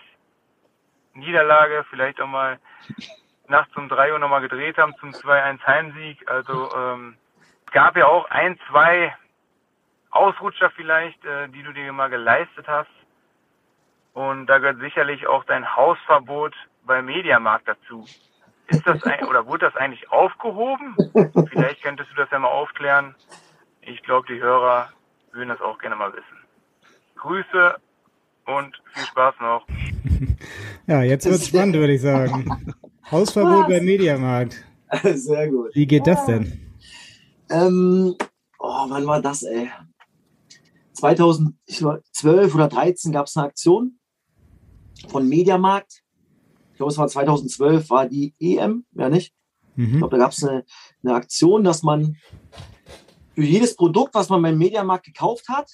Niederlage, vielleicht auch mal nachts um 3 Uhr nochmal gedreht haben zum 2-1 Heimsieg. Also gab ja auch 1, 2 Ausrutscher vielleicht, die du dir mal geleistet hast. Und da gehört sicherlich auch dein Hausverbot beim Mediamarkt dazu. Ist das oder wurde das eigentlich aufgehoben? Vielleicht könntest du das ja mal aufklären. Ich glaube, die Hörer würden das auch gerne mal wissen. Grüße und viel Spaß noch. Ja, jetzt wird's spannend, würde ich sagen. Hausverbot beim Mediamarkt. Sehr gut. Wie geht das denn? Wann war das, ey? 2012 oder 2013 gab es eine Aktion von Mediamarkt. Ich glaube, es war 2012, war die EM, ja nicht? Ich glaube, da gab es eine Aktion, dass man für jedes Produkt, was man beim Mediamarkt gekauft hat,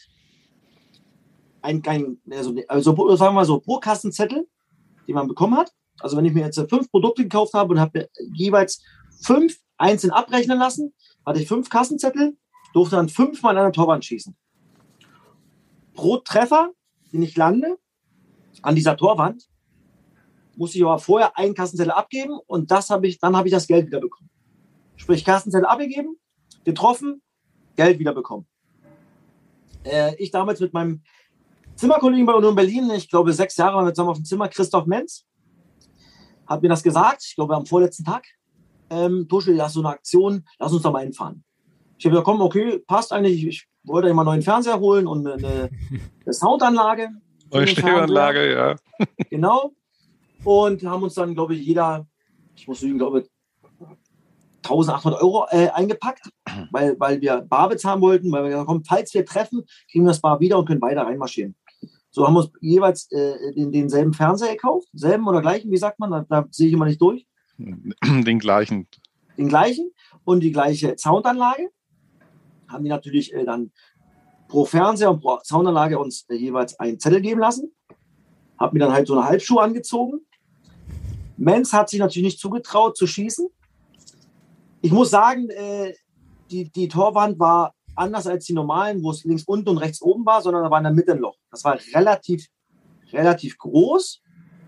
also sagen wir mal so, pro Kassenzettel, den man bekommen hat. Also wenn ich mir jetzt 5 Produkte gekauft habe und habe mir jeweils 5 einzeln abrechnen lassen, hatte ich 5 Kassenzettel, durfte dann 5 Mal an der Torwand schießen. Pro Treffer, den ich lande, an dieser Torwand, muss ich aber vorher einen Kassenzettel abgeben und dann habe ich das Geld wieder bekommen. Sprich, Kassenzettel abgegeben, getroffen, Geld wieder bekommen. Ich damals mit meinem Zimmerkollegen bei Union Berlin, ich glaube 6 Jahre waren wir zusammen auf dem Zimmer, Christoph Menz, hat mir das gesagt, ich glaube am vorletzten Tag. Tuschel, da ist so eine Aktion, lass uns da mal hinfahren. Ich habe gesagt, komm, okay, passt eigentlich, ich wollte immer einen neuen Fernseher holen und eine Soundanlage. Neue Stereoanlage, ja. Genau. Und haben uns dann, glaube ich, jeder, ich muss lügen, glaube ich, 1.800 Euro eingepackt, weil wir Bar bezahlen wollten, weil wir gesagt haben, falls wir treffen, kriegen wir das Bar wieder und können weiter reinmarschieren. So haben wir uns jeweils denselben Fernseher gekauft, selben oder gleichen, wie sagt man, da sehe ich immer nicht durch. Den gleichen. Den gleichen und die gleiche Soundanlage. Haben die natürlich dann pro Fernseher und pro Soundanlage uns jeweils einen Zettel geben lassen. Hab mir dann halt so eine Halbschuhe angezogen. Menz hat sich natürlich nicht zugetraut zu schießen. Ich muss sagen, die Torwand war anders als die normalen, wo es links unten und rechts oben war, sondern da war in der Mitte ein Loch. Das war relativ groß.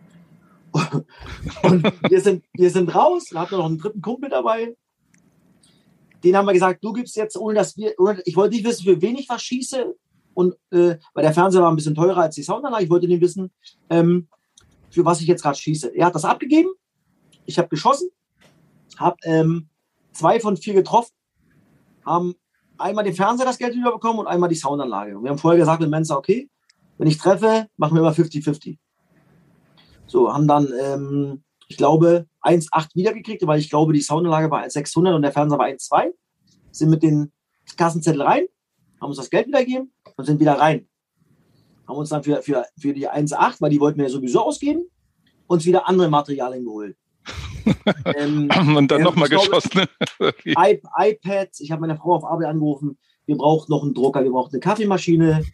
Und wir sind raus, da hatten wir noch einen dritten Kumpel dabei. Den haben wir gesagt, du gibst jetzt, ich wollte nicht wissen, für wen ich was schieße. Und weil der Fernseher war ein bisschen teurer als die Soundanlage, ich wollte nicht wissen, für was ich jetzt gerade schieße. Er hat das abgegeben, ich habe geschossen, habe 2 von 4 getroffen, haben einmal den Fernseher das Geld wiederbekommen und einmal die Soundanlage. Und wir haben vorher gesagt mit Mensa, okay, wenn ich treffe, machen wir immer 50-50. So, haben dann, ich glaube, 1,8 wiedergekriegt, weil ich glaube, die Soundanlage war 600 und der Fernseher war 1,2. Sind mit den Kassenzettel rein, haben uns das Geld wiedergegeben und sind wieder rein. Haben uns dann für die 1,8, weil die wollten wir ja sowieso ausgeben, uns wieder andere Materialien geholt. Und dann nochmal geschossen. iPads, ich habe meine Frau auf Arbeit angerufen, wir brauchen noch einen Drucker, wir brauchen eine Kaffeemaschine.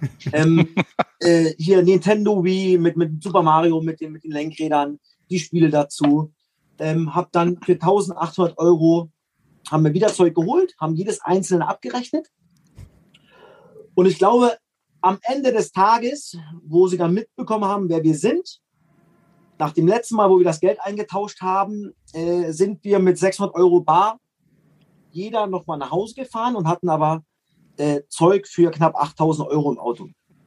Hier Nintendo Wii mit Super Mario, mit den Lenkrädern, die Spiele dazu. Hab dann für 1.800 € haben wir wieder Zeug geholt, haben jedes einzelne abgerechnet. Und ich glaube, am Ende des Tages, wo sie dann mitbekommen haben, wer wir sind, nach dem letzten Mal, wo wir das Geld eingetauscht haben, sind wir mit 600 € bar jeder nochmal nach Hause gefahren und hatten aber Zeug für knapp 8.000 € im Auto.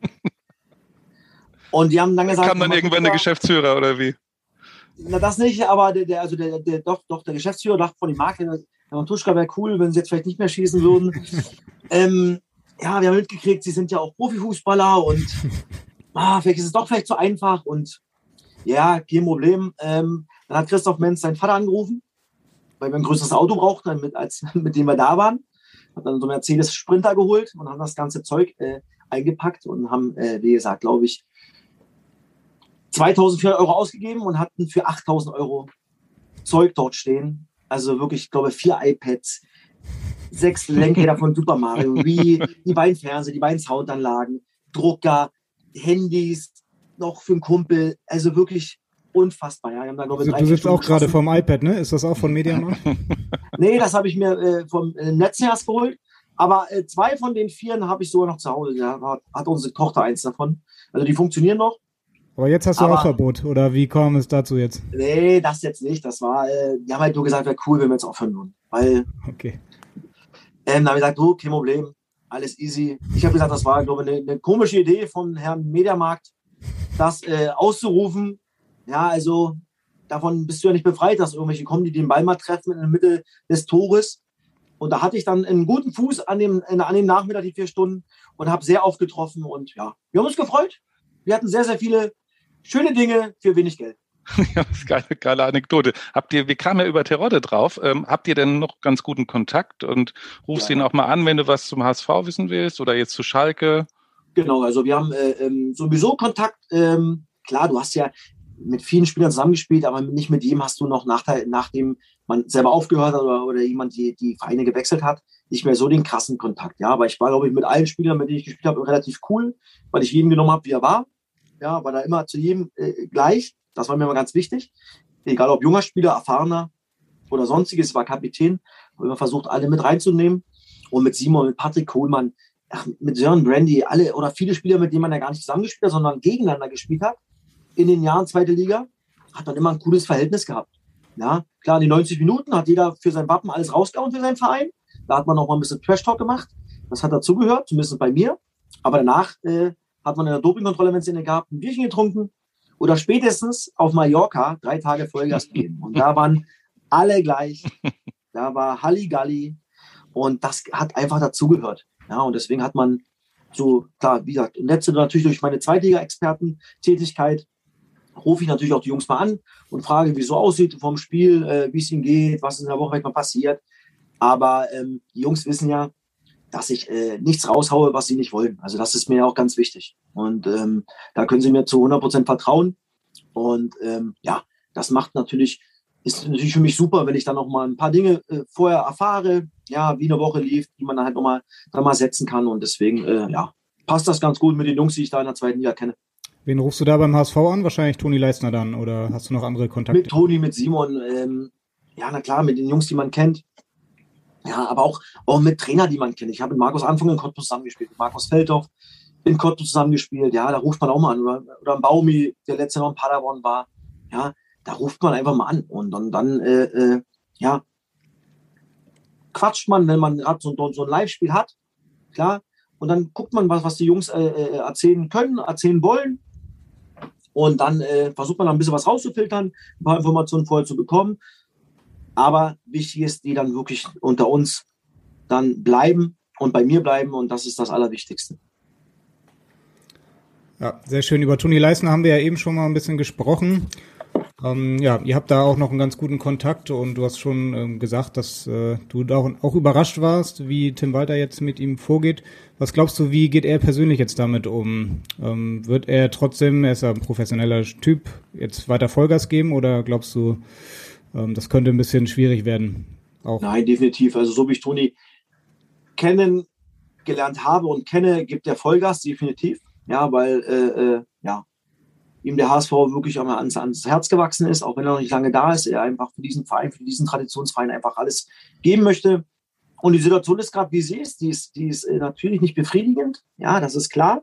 Und die haben dann gesagt... Kam dann irgendwann der Geschäftsführer oder wie? Na, das nicht, aber der Geschäftsführer dachte von dem Makler, Herr Matuschka, wäre cool, wenn sie jetzt vielleicht nicht mehr schießen würden. Ja, wir haben mitgekriegt, sie sind ja auch Profifußballer und vielleicht ist es doch vielleicht zu einfach und ja, kein Problem. Dann hat Christoph Menz seinen Vater angerufen, weil wir ein größeres Auto brauchten, mit dem wir da waren. Hat dann so einen Mercedes Sprinter geholt und haben das ganze Zeug eingepackt und haben, wie gesagt, glaube ich, 2.400 € ausgegeben und hatten für 8.000 € Zeug dort stehen. Also wirklich, ich glaube, 4 iPads, 6 Lenkräder von Super Mario, wie die beiden Fernseher, die beiden Soundanlagen, Drucker, Handys, noch für einen Kumpel. Also wirklich unfassbar. Ja. Wir haben da, glaube ich, du sitzt auch gerade vom iPad, ne? Ist das auch von Mediamarkt? Nee, das habe ich mir vom Netz erst geholt. Aber 2 von den 4 habe ich sogar noch zu Hause. Da hat unsere Tochter 1 davon. Also die funktionieren noch. Aber jetzt hast du auch Verbot, oder wie kam es dazu jetzt? Nee, das jetzt nicht. Das war, die haben halt nur gesagt, wäre cool, wenn wir jetzt aufhören würden. Weil, okay. Dann habe ich gesagt, kein Problem, alles easy. Ich habe gesagt, das war, glaube ich, eine komische Idee von Herrn Mediamarkt, das auszurufen. Ja, also davon bist du ja nicht befreit, dass irgendwelche kommen, die den Ball mal treffen in der Mitte des Tores. Und da hatte ich dann einen guten Fuß an dem Nachmittag, die 4 Stunden, und habe sehr oft getroffen. Und ja, wir haben uns gefreut. Wir hatten sehr, sehr viele schöne Dinge für wenig Geld. Ja, das ist eine geile Anekdote. Wir kamen ja über Terodde drauf. Habt ihr denn noch ganz guten Kontakt und rufst ihn auch mal an, wenn du was zum HSV wissen willst oder jetzt zu Schalke? Genau, also wir haben sowieso Kontakt. Klar, du hast ja mit vielen Spielern zusammengespielt, aber nicht mit jedem hast du noch nachdem man selber aufgehört hat oder jemand die Vereine gewechselt hat, nicht mehr so den krassen Kontakt. Ja, aber ich war, glaube ich, mit allen Spielern, mit denen ich gespielt habe, relativ cool, weil ich jeden genommen habe, wie er war. Ja, war da immer zu jedem gleich. Das war mir immer ganz wichtig. Egal ob junger Spieler, erfahrener oder sonstiges, war Kapitän. Habe immer versucht, alle mit reinzunehmen. Und mit Simon, mit Patrick Kohlmann, mit Sören Brandy, alle oder viele Spieler, mit denen man ja gar nicht zusammengespielt hat, sondern gegeneinander gespielt hat, in den Jahren 2. Liga, hat man immer ein cooles Verhältnis gehabt. Ja, klar, in den 90 Minuten hat jeder für sein Wappen alles rausgehauen für seinen Verein. Da hat man noch mal ein bisschen Trash-Talk gemacht. Das hat dazugehört, zumindest bei mir. Aber danach hat man in der Dopingkontrolle, wenn es eine gab, ein Bierchen getrunken oder spätestens auf Mallorca 3 Tage Vollgas gegeben. Und da waren alle gleich. Da war Halligalli. Und das hat einfach dazugehört. Ja, und deswegen hat man so, klar, wie gesagt, und jetzt natürlich durch meine Zweitliga-Experten-Tätigkeit rufe ich natürlich auch die Jungs mal an und frage, wie es so aussieht vom Spiel, wie es ihnen geht, was in der Woche mal passiert. Aber die Jungs wissen ja, dass ich nichts raushaue, was sie nicht wollen. Also das ist mir auch ganz wichtig. Und da können sie mir zu 100% vertrauen. Und das ist natürlich für mich super, wenn ich dann noch mal ein paar Dinge vorher erfahre, ja, wie eine Woche lief, die man dann halt noch mal setzen kann. Und deswegen, passt das ganz gut mit den Jungs, die ich da in der 2. Liga kenne. Wen rufst du da beim HSV an? Wahrscheinlich Toni Leistner dann, oder hast du noch andere Kontakte? Mit Toni, mit Simon, na klar, mit den Jungs, die man kennt. Ja, aber auch mit Trainer, die man kennt. Ich habe mit Markus Anfang in Cottbus zusammengespielt, mit Markus Feldhoff in Cottbus zusammengespielt. Ja, da ruft man auch mal an. Oder ein Baumi, der letzte Jahr noch in Paderborn war. Ja, da ruft man einfach mal an. Und dann quatscht man, wenn man gerade so ein Live-Spiel hat. Klar. Und dann guckt man, was die Jungs erzählen können, erzählen wollen. Und dann versucht man ein bisschen was rauszufiltern, ein paar Informationen vorher zu bekommen. Aber wichtig ist, die dann wirklich unter uns dann bleiben und bei mir bleiben. Und das ist das Allerwichtigste. Ja, sehr schön. Über Toni Leisner haben wir ja eben schon mal ein bisschen gesprochen. Ihr habt da auch noch einen ganz guten Kontakt und du hast schon gesagt, dass du da auch überrascht warst, wie Tim Walter jetzt mit ihm vorgeht. Was glaubst du, wie geht er persönlich jetzt damit um? Wird er trotzdem, er ist ja ein professioneller Typ, jetzt weiter Vollgas geben oder glaubst du, das könnte ein bisschen schwierig werden? Auch? Nein, definitiv. Also so wie ich Toni kennengelernt habe und kenne, gibt er Vollgas, definitiv. Ja, weil ihm der HSV wirklich einmal ans Herz gewachsen ist, auch wenn er noch nicht lange da ist, er einfach für diesen Verein, für diesen Traditionsverein einfach alles geben möchte. Und die Situation ist gerade, wie sie ist, die ist natürlich nicht befriedigend, ja, das ist klar.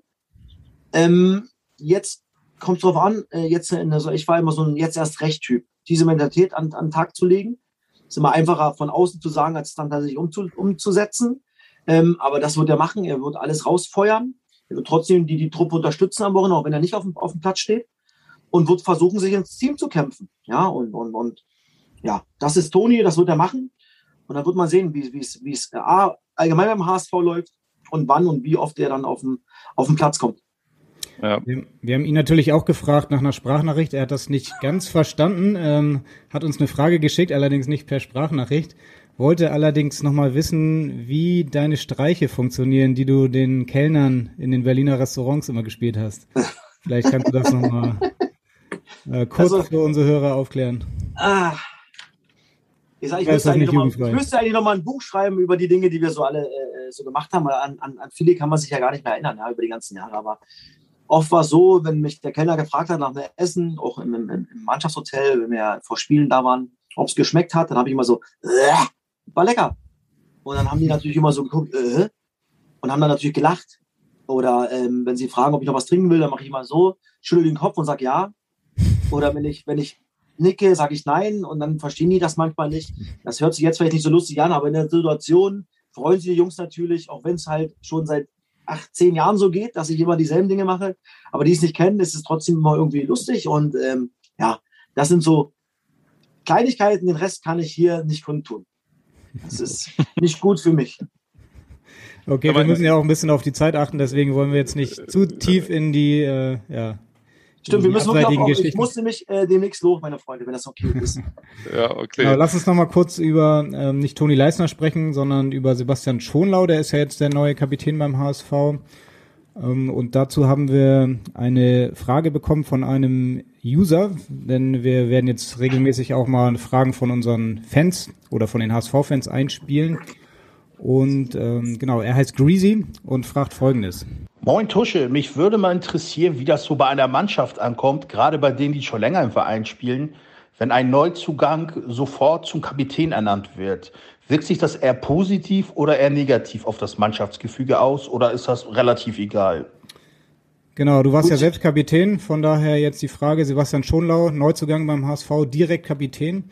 Jetzt kommt es darauf an, ich war immer so ein Jetzt-erst-recht-Typ, diese Mentalität an den Tag zu legen. Ist immer einfacher von außen zu sagen, als es dann tatsächlich umzusetzen. Aber das wird er machen, er wird alles rausfeuern. Er wird trotzdem die Truppe unterstützen am Wochenende, auch wenn er nicht auf dem Platz steht. Und wird versuchen, sich ins Team zu kämpfen. Ja, und das ist Toni, das wird er machen. Und dann wird man sehen, wie es allgemein beim HSV läuft und wann und wie oft er dann auf den Platz kommt. Ja. Wir haben ihn natürlich auch gefragt nach einer Sprachnachricht. Er hat das nicht ganz verstanden, hat uns eine Frage geschickt, allerdings nicht per Sprachnachricht. Wollte allerdings nochmal wissen, wie deine Streiche funktionieren, die du den Kellnern in den Berliner Restaurants immer gespielt hast. Vielleicht kannst du das nochmal kurz für unsere Hörer aufklären. Ich müsste eigentlich nochmal ein Buch schreiben über die Dinge, die wir so alle so gemacht haben. An viele kann man sich ja gar nicht mehr erinnern, ja, über die ganzen Jahre. Aber oft war es so, wenn mich der Kellner gefragt hat nach einem Essen, auch im Mannschaftshotel, wenn wir vor Spielen da waren, ob es geschmeckt hat, dann habe ich immer so, war lecker. Und dann haben die natürlich immer so geguckt, und haben dann natürlich gelacht. Oder wenn sie fragen, ob ich noch was trinken will, dann mache ich immer so, schüttel den Kopf und sage ja. Oder wenn ich nicke, sage ich nein und dann verstehen die das manchmal nicht. Das hört sich jetzt vielleicht nicht so lustig an, aber in der Situation freuen sich die Jungs natürlich, auch wenn es halt schon seit 10 Jahren so geht, dass ich immer dieselben Dinge mache. Aber die es nicht kennen, ist es trotzdem immer irgendwie lustig. Und das sind so Kleinigkeiten, den Rest kann ich hier nicht kundtun. Das ist nicht gut für mich. Okay, aber wir müssen ja auch ein bisschen auf die Zeit achten, deswegen wollen wir jetzt nicht zu tief in die Stimmt, wir müssen wirklich ich musste mich demnächst los, meine Freunde, wenn das okay ist. Ja, okay. Genau, lass uns noch mal kurz über nicht Toni Leisner sprechen, sondern über Sebastian Schonlau, der ist ja jetzt der neue Kapitän beim HSV. Und dazu haben wir eine Frage bekommen von einem User, denn wir werden jetzt regelmäßig auch mal Fragen von unseren Fans oder von den HSV-Fans einspielen. Und er heißt Greasy und fragt Folgendes. Moin Tusche, mich würde mal interessieren, wie das so bei einer Mannschaft ankommt, gerade bei denen, die schon länger im Verein spielen, wenn ein Neuzugang sofort zum Kapitän ernannt wird. Wirkt sich das eher positiv oder eher negativ auf das Mannschaftsgefüge aus oder ist das relativ egal? Genau, du warst ja selbst Kapitän, von daher jetzt die Frage, Sebastian Schonlau, Neuzugang beim HSV, direkt Kapitän.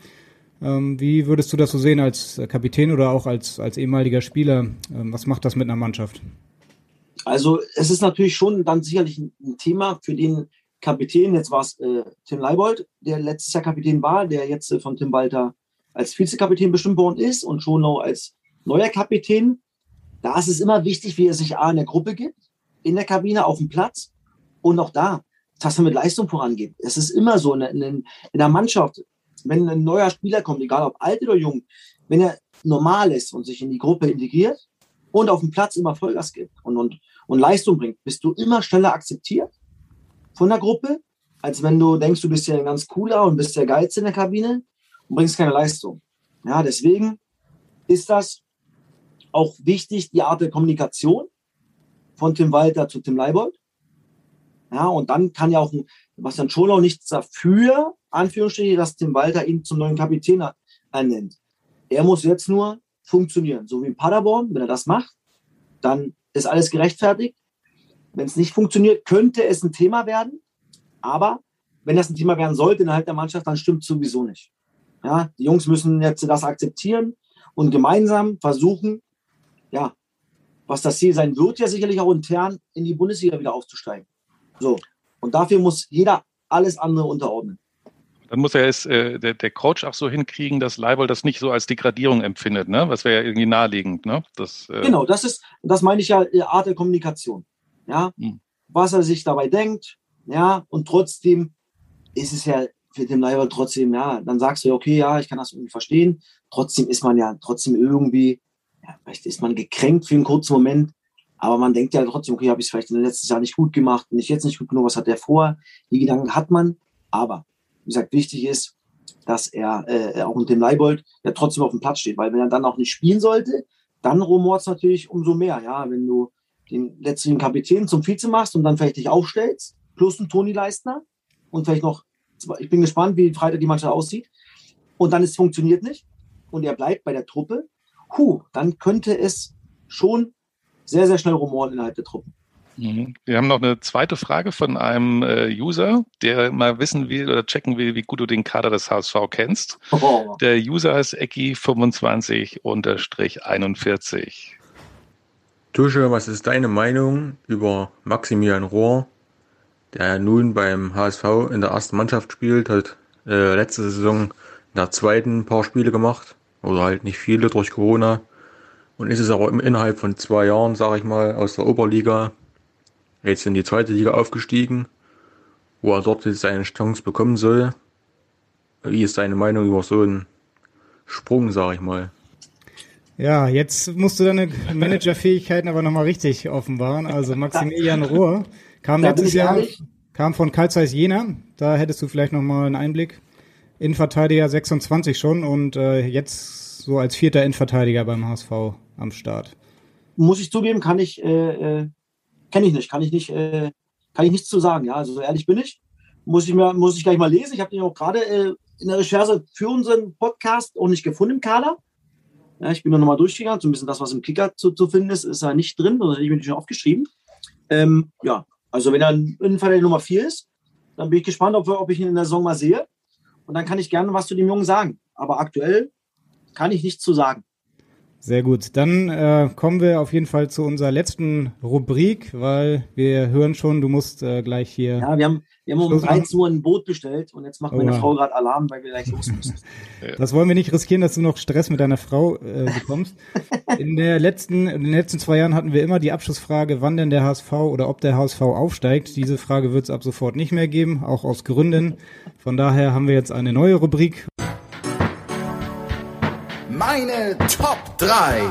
Wie würdest du das so sehen als Kapitän oder auch als ehemaliger Spieler? Was macht das mit einer Mannschaft? Also es ist natürlich schon dann sicherlich ein Thema für den Kapitän. Jetzt war es Tim Leibold, der letztes Jahr Kapitän war, der jetzt von Tim Walter als Vizekapitän bestimmt worden ist und Schonlau als neuer Kapitän. Da ist es immer wichtig, wie er sich in der Gruppe gibt, in der Kabine, auf dem Platz und auch da, dass er mit Leistung vorangeht. Es ist immer so in der Mannschaft, wenn ein neuer Spieler kommt, egal ob alt oder jung, wenn er normal ist und sich in die Gruppe integriert und auf dem Platz immer Vollgas gibt und Leistung bringt, bist du immer schneller akzeptiert von der Gruppe, als wenn du denkst, du bist ja ein ganz cooler und bist der Geilste in der Kabine und bringst keine Leistung. Ja, deswegen ist das auch wichtig, die Art der Kommunikation von Tim Walter zu Tim Leibold. Ja, und dann kann ja auch Sebastian Schonlau nichts dafür, Anführungsstriche, dass Tim Walter ihn zum neuen Kapitän ernennt. Er muss jetzt nur funktionieren. So wie in Paderborn, wenn er das macht, dann ist alles gerechtfertigt. Wenn es nicht funktioniert, könnte es ein Thema werden. Aber wenn das ein Thema werden sollte innerhalb der Mannschaft, dann stimmt es sowieso nicht. Ja, die Jungs müssen jetzt das akzeptieren und gemeinsam versuchen, ja, was das Ziel sein wird, ja sicherlich auch intern in die Bundesliga wieder aufzusteigen. So. Und dafür muss jeder alles andere unterordnen. Dann muss er es der Coach auch so hinkriegen, dass Leibold das nicht so als Degradierung empfindet, ne? Was wäre ja irgendwie naheliegend, ne? Genau, das meine ich ja, Art der Kommunikation. Ja, was er sich dabei denkt, ja, und trotzdem ist es ja für den Leibold trotzdem, ja, dann sagst du ja, okay, ja, ich kann das irgendwie verstehen. Trotzdem ist man ja irgendwie, ja, vielleicht ist man gekränkt für einen kurzen Moment, aber man denkt ja trotzdem, okay, habe ich es vielleicht letztes Jahr nicht gut gemacht, bin ich jetzt nicht gut genug, was hat der vor? Die Gedanken hat man, aber wie gesagt, wichtig ist, dass er auch mit dem Leibold ja trotzdem auf dem Platz steht, weil wenn er dann auch nicht spielen sollte, dann rumort es natürlich umso mehr, ja, wenn du den letztlichen Kapitän zum Vize machst und dann vielleicht dich aufstellst, plus ein Toni Leistner und vielleicht noch, ich bin gespannt, wie Freitag die Mannschaft aussieht, und dann funktioniert nicht und er bleibt bei der Truppe, dann könnte es schon sehr, sehr schnell rumoren innerhalb der Truppen. Wir haben noch eine zweite Frage von einem User, der mal wissen will oder checken will, wie gut du den Kader des HSV kennst. Oh. Der User heißt Ecki25-41. Tusche, was ist deine Meinung über Maximilian Rohr, der nun beim HSV in der ersten Mannschaft spielt, hat letzte Saison in der zweiten ein paar Spiele gemacht, oder halt nicht viele durch Corona, und ist es aber innerhalb von 2 Jahren, sage ich mal, aus der Oberliga jetzt in die zweite Liga aufgestiegen, wo er dort jetzt seine Chance bekommen soll. Wie ist deine Meinung über so einen Sprung, sage ich mal? Ja, jetzt musst du deine Managerfähigkeiten aber nochmal richtig offenbaren. Also Maximilian Rohr kam letztes Jahr, kam von Carl Zeiss Jena. Da hättest du vielleicht nochmal einen Einblick. Innenverteidiger 26 schon und jetzt so als 4. Innenverteidiger beim HSV am Start. Muss ich zugeben, kenne ich nicht, kann ich nichts zu sagen. Ja, also so ehrlich bin ich. Muss ich gleich mal lesen. Ich habe den auch gerade in der Recherche für unseren Podcast auch nicht gefunden im Kader. Ja, ich bin noch mal durchgegangen, so ein bisschen das, was im Kicker zu finden ist da nicht drin, das habe ich mir schon aufgeschrieben. Ja, also wenn er in Innenverteidiger Nummer 4 ist, dann bin ich gespannt, ob ich ihn in der Saison mal sehe. Und dann kann ich gerne was zu dem Jungen sagen. Aber aktuell kann ich nichts zu sagen. Sehr gut. Dann kommen wir auf jeden Fall zu unserer letzten Rubrik, weil wir hören schon, du musst gleich hier... Ja, wir haben um 13 Uhr ein Boot bestellt und jetzt macht meine Frau gerade Alarm, weil wir gleich los müssen. Das wollen wir nicht riskieren, dass du noch Stress mit deiner Frau bekommst. In den letzten 2 Jahren hatten wir immer die Abschlussfrage, wann denn der HSV oder ob der HSV aufsteigt. Diese Frage wird es ab sofort nicht mehr geben, auch aus Gründen. Von daher haben wir jetzt eine neue Rubrik. Meine Top 3.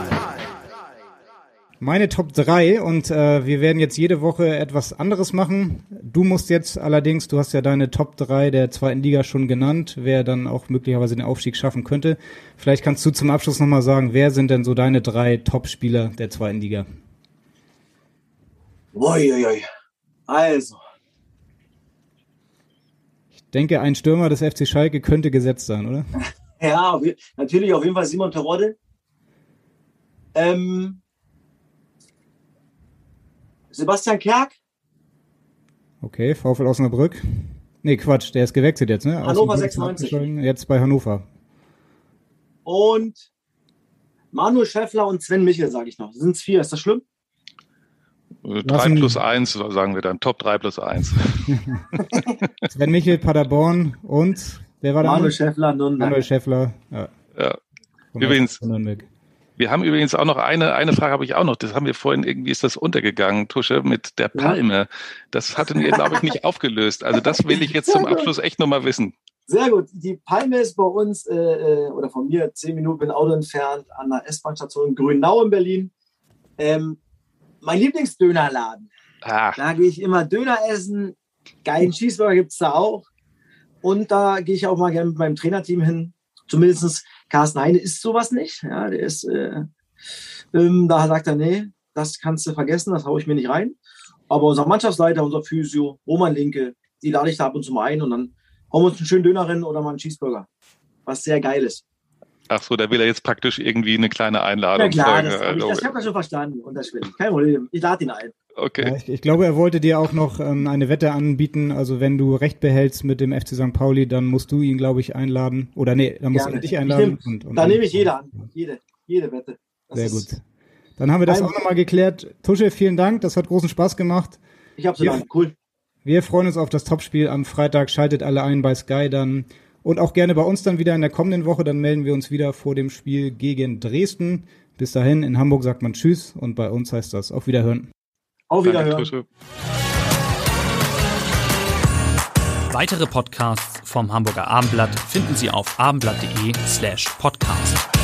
Meine Top 3 und wir werden jetzt jede Woche etwas anderes machen. Du musst jetzt allerdings, du hast ja deine Top 3 der zweiten Liga schon genannt, wer dann auch möglicherweise den Aufstieg schaffen könnte. Vielleicht kannst du zum Abschluss nochmal sagen, wer sind denn so deine 3 Top-Spieler der zweiten Liga? Uiuiui. Also. Ich denke, ein Stürmer des FC Schalke könnte gesetzt sein, oder? Ja, natürlich auf jeden Fall Simon Terodde. Sebastian Kerk. Okay, VfL Osnabrück. Nee, Quatsch, der ist gewechselt jetzt, ne? Hannover 96. Jetzt bei Hannover. Und Manuel Schäffler und Sven Michel, sage ich noch. Sind es 4, ist das schlimm? 3 plus 1, sagen wir dann. Top 3 plus 1. Sven Michel, Paderborn und... Wer war da? Manuel Schäffler, Nürnberg. Manuel Schäffler, ja. Übrigens, wir haben übrigens auch noch eine Frage habe ich auch noch. Das haben wir vorhin, irgendwie ist das untergegangen, Tusche, mit der Palme. Das hatten wir, glaube ich, nicht aufgelöst. Also das will ich jetzt zum Abschluss echt nochmal wissen. Sehr gut. Die Palme ist bei uns, oder von mir 10 Minuten mit dem Auto entfernt, an der S-Bahn-Station Grünau in Berlin. Mein Lieblingsdönerladen. Da gehe ich immer Döner essen. Geilen Cheeseburger gibt es da auch. Und da gehe ich auch mal gerne mit meinem Trainerteam hin. Zumindest Carsten Heine isst sowas nicht. Ja, der ist, da sagt er, nee, das kannst du vergessen, das haue ich mir nicht rein. Aber unser Mannschaftsleiter, unser Physio, Roman Linke, die lade ich da ab und zu mal ein und dann hauen wir uns einen schönen Döner rein oder mal einen Cheeseburger. Was sehr geil ist. Ach so, da will er jetzt praktisch irgendwie eine kleine Einladung. Ja klar, folgen. ich habe das schon verstanden. Unterschwellig. Kein Problem. Ich lade ihn ein. Okay. Ja, ich glaube, er wollte dir auch noch eine Wette anbieten. Also wenn du recht behältst mit dem FC St. Pauli, dann musst du ihn, glaube ich, einladen. Oder nee, dann musst du dich einladen. Da nehme ich jede an. Jede Wette. Sehr gut. Dann haben wir das auch nochmal geklärt. Tusche, vielen Dank. Das hat großen Spaß gemacht. Ich habe so cool. Wir freuen uns auf das Topspiel am Freitag. Schaltet alle ein bei Sky dann. Und auch gerne bei uns dann wieder in der kommenden Woche. Dann melden wir uns wieder vor dem Spiel gegen Dresden. Bis dahin, in Hamburg sagt man Tschüss. Und bei uns heißt das auf Wiederhören. Auf Wiederhören. Weitere Podcasts vom Hamburger Abendblatt finden Sie auf abendblatt.de/podcast.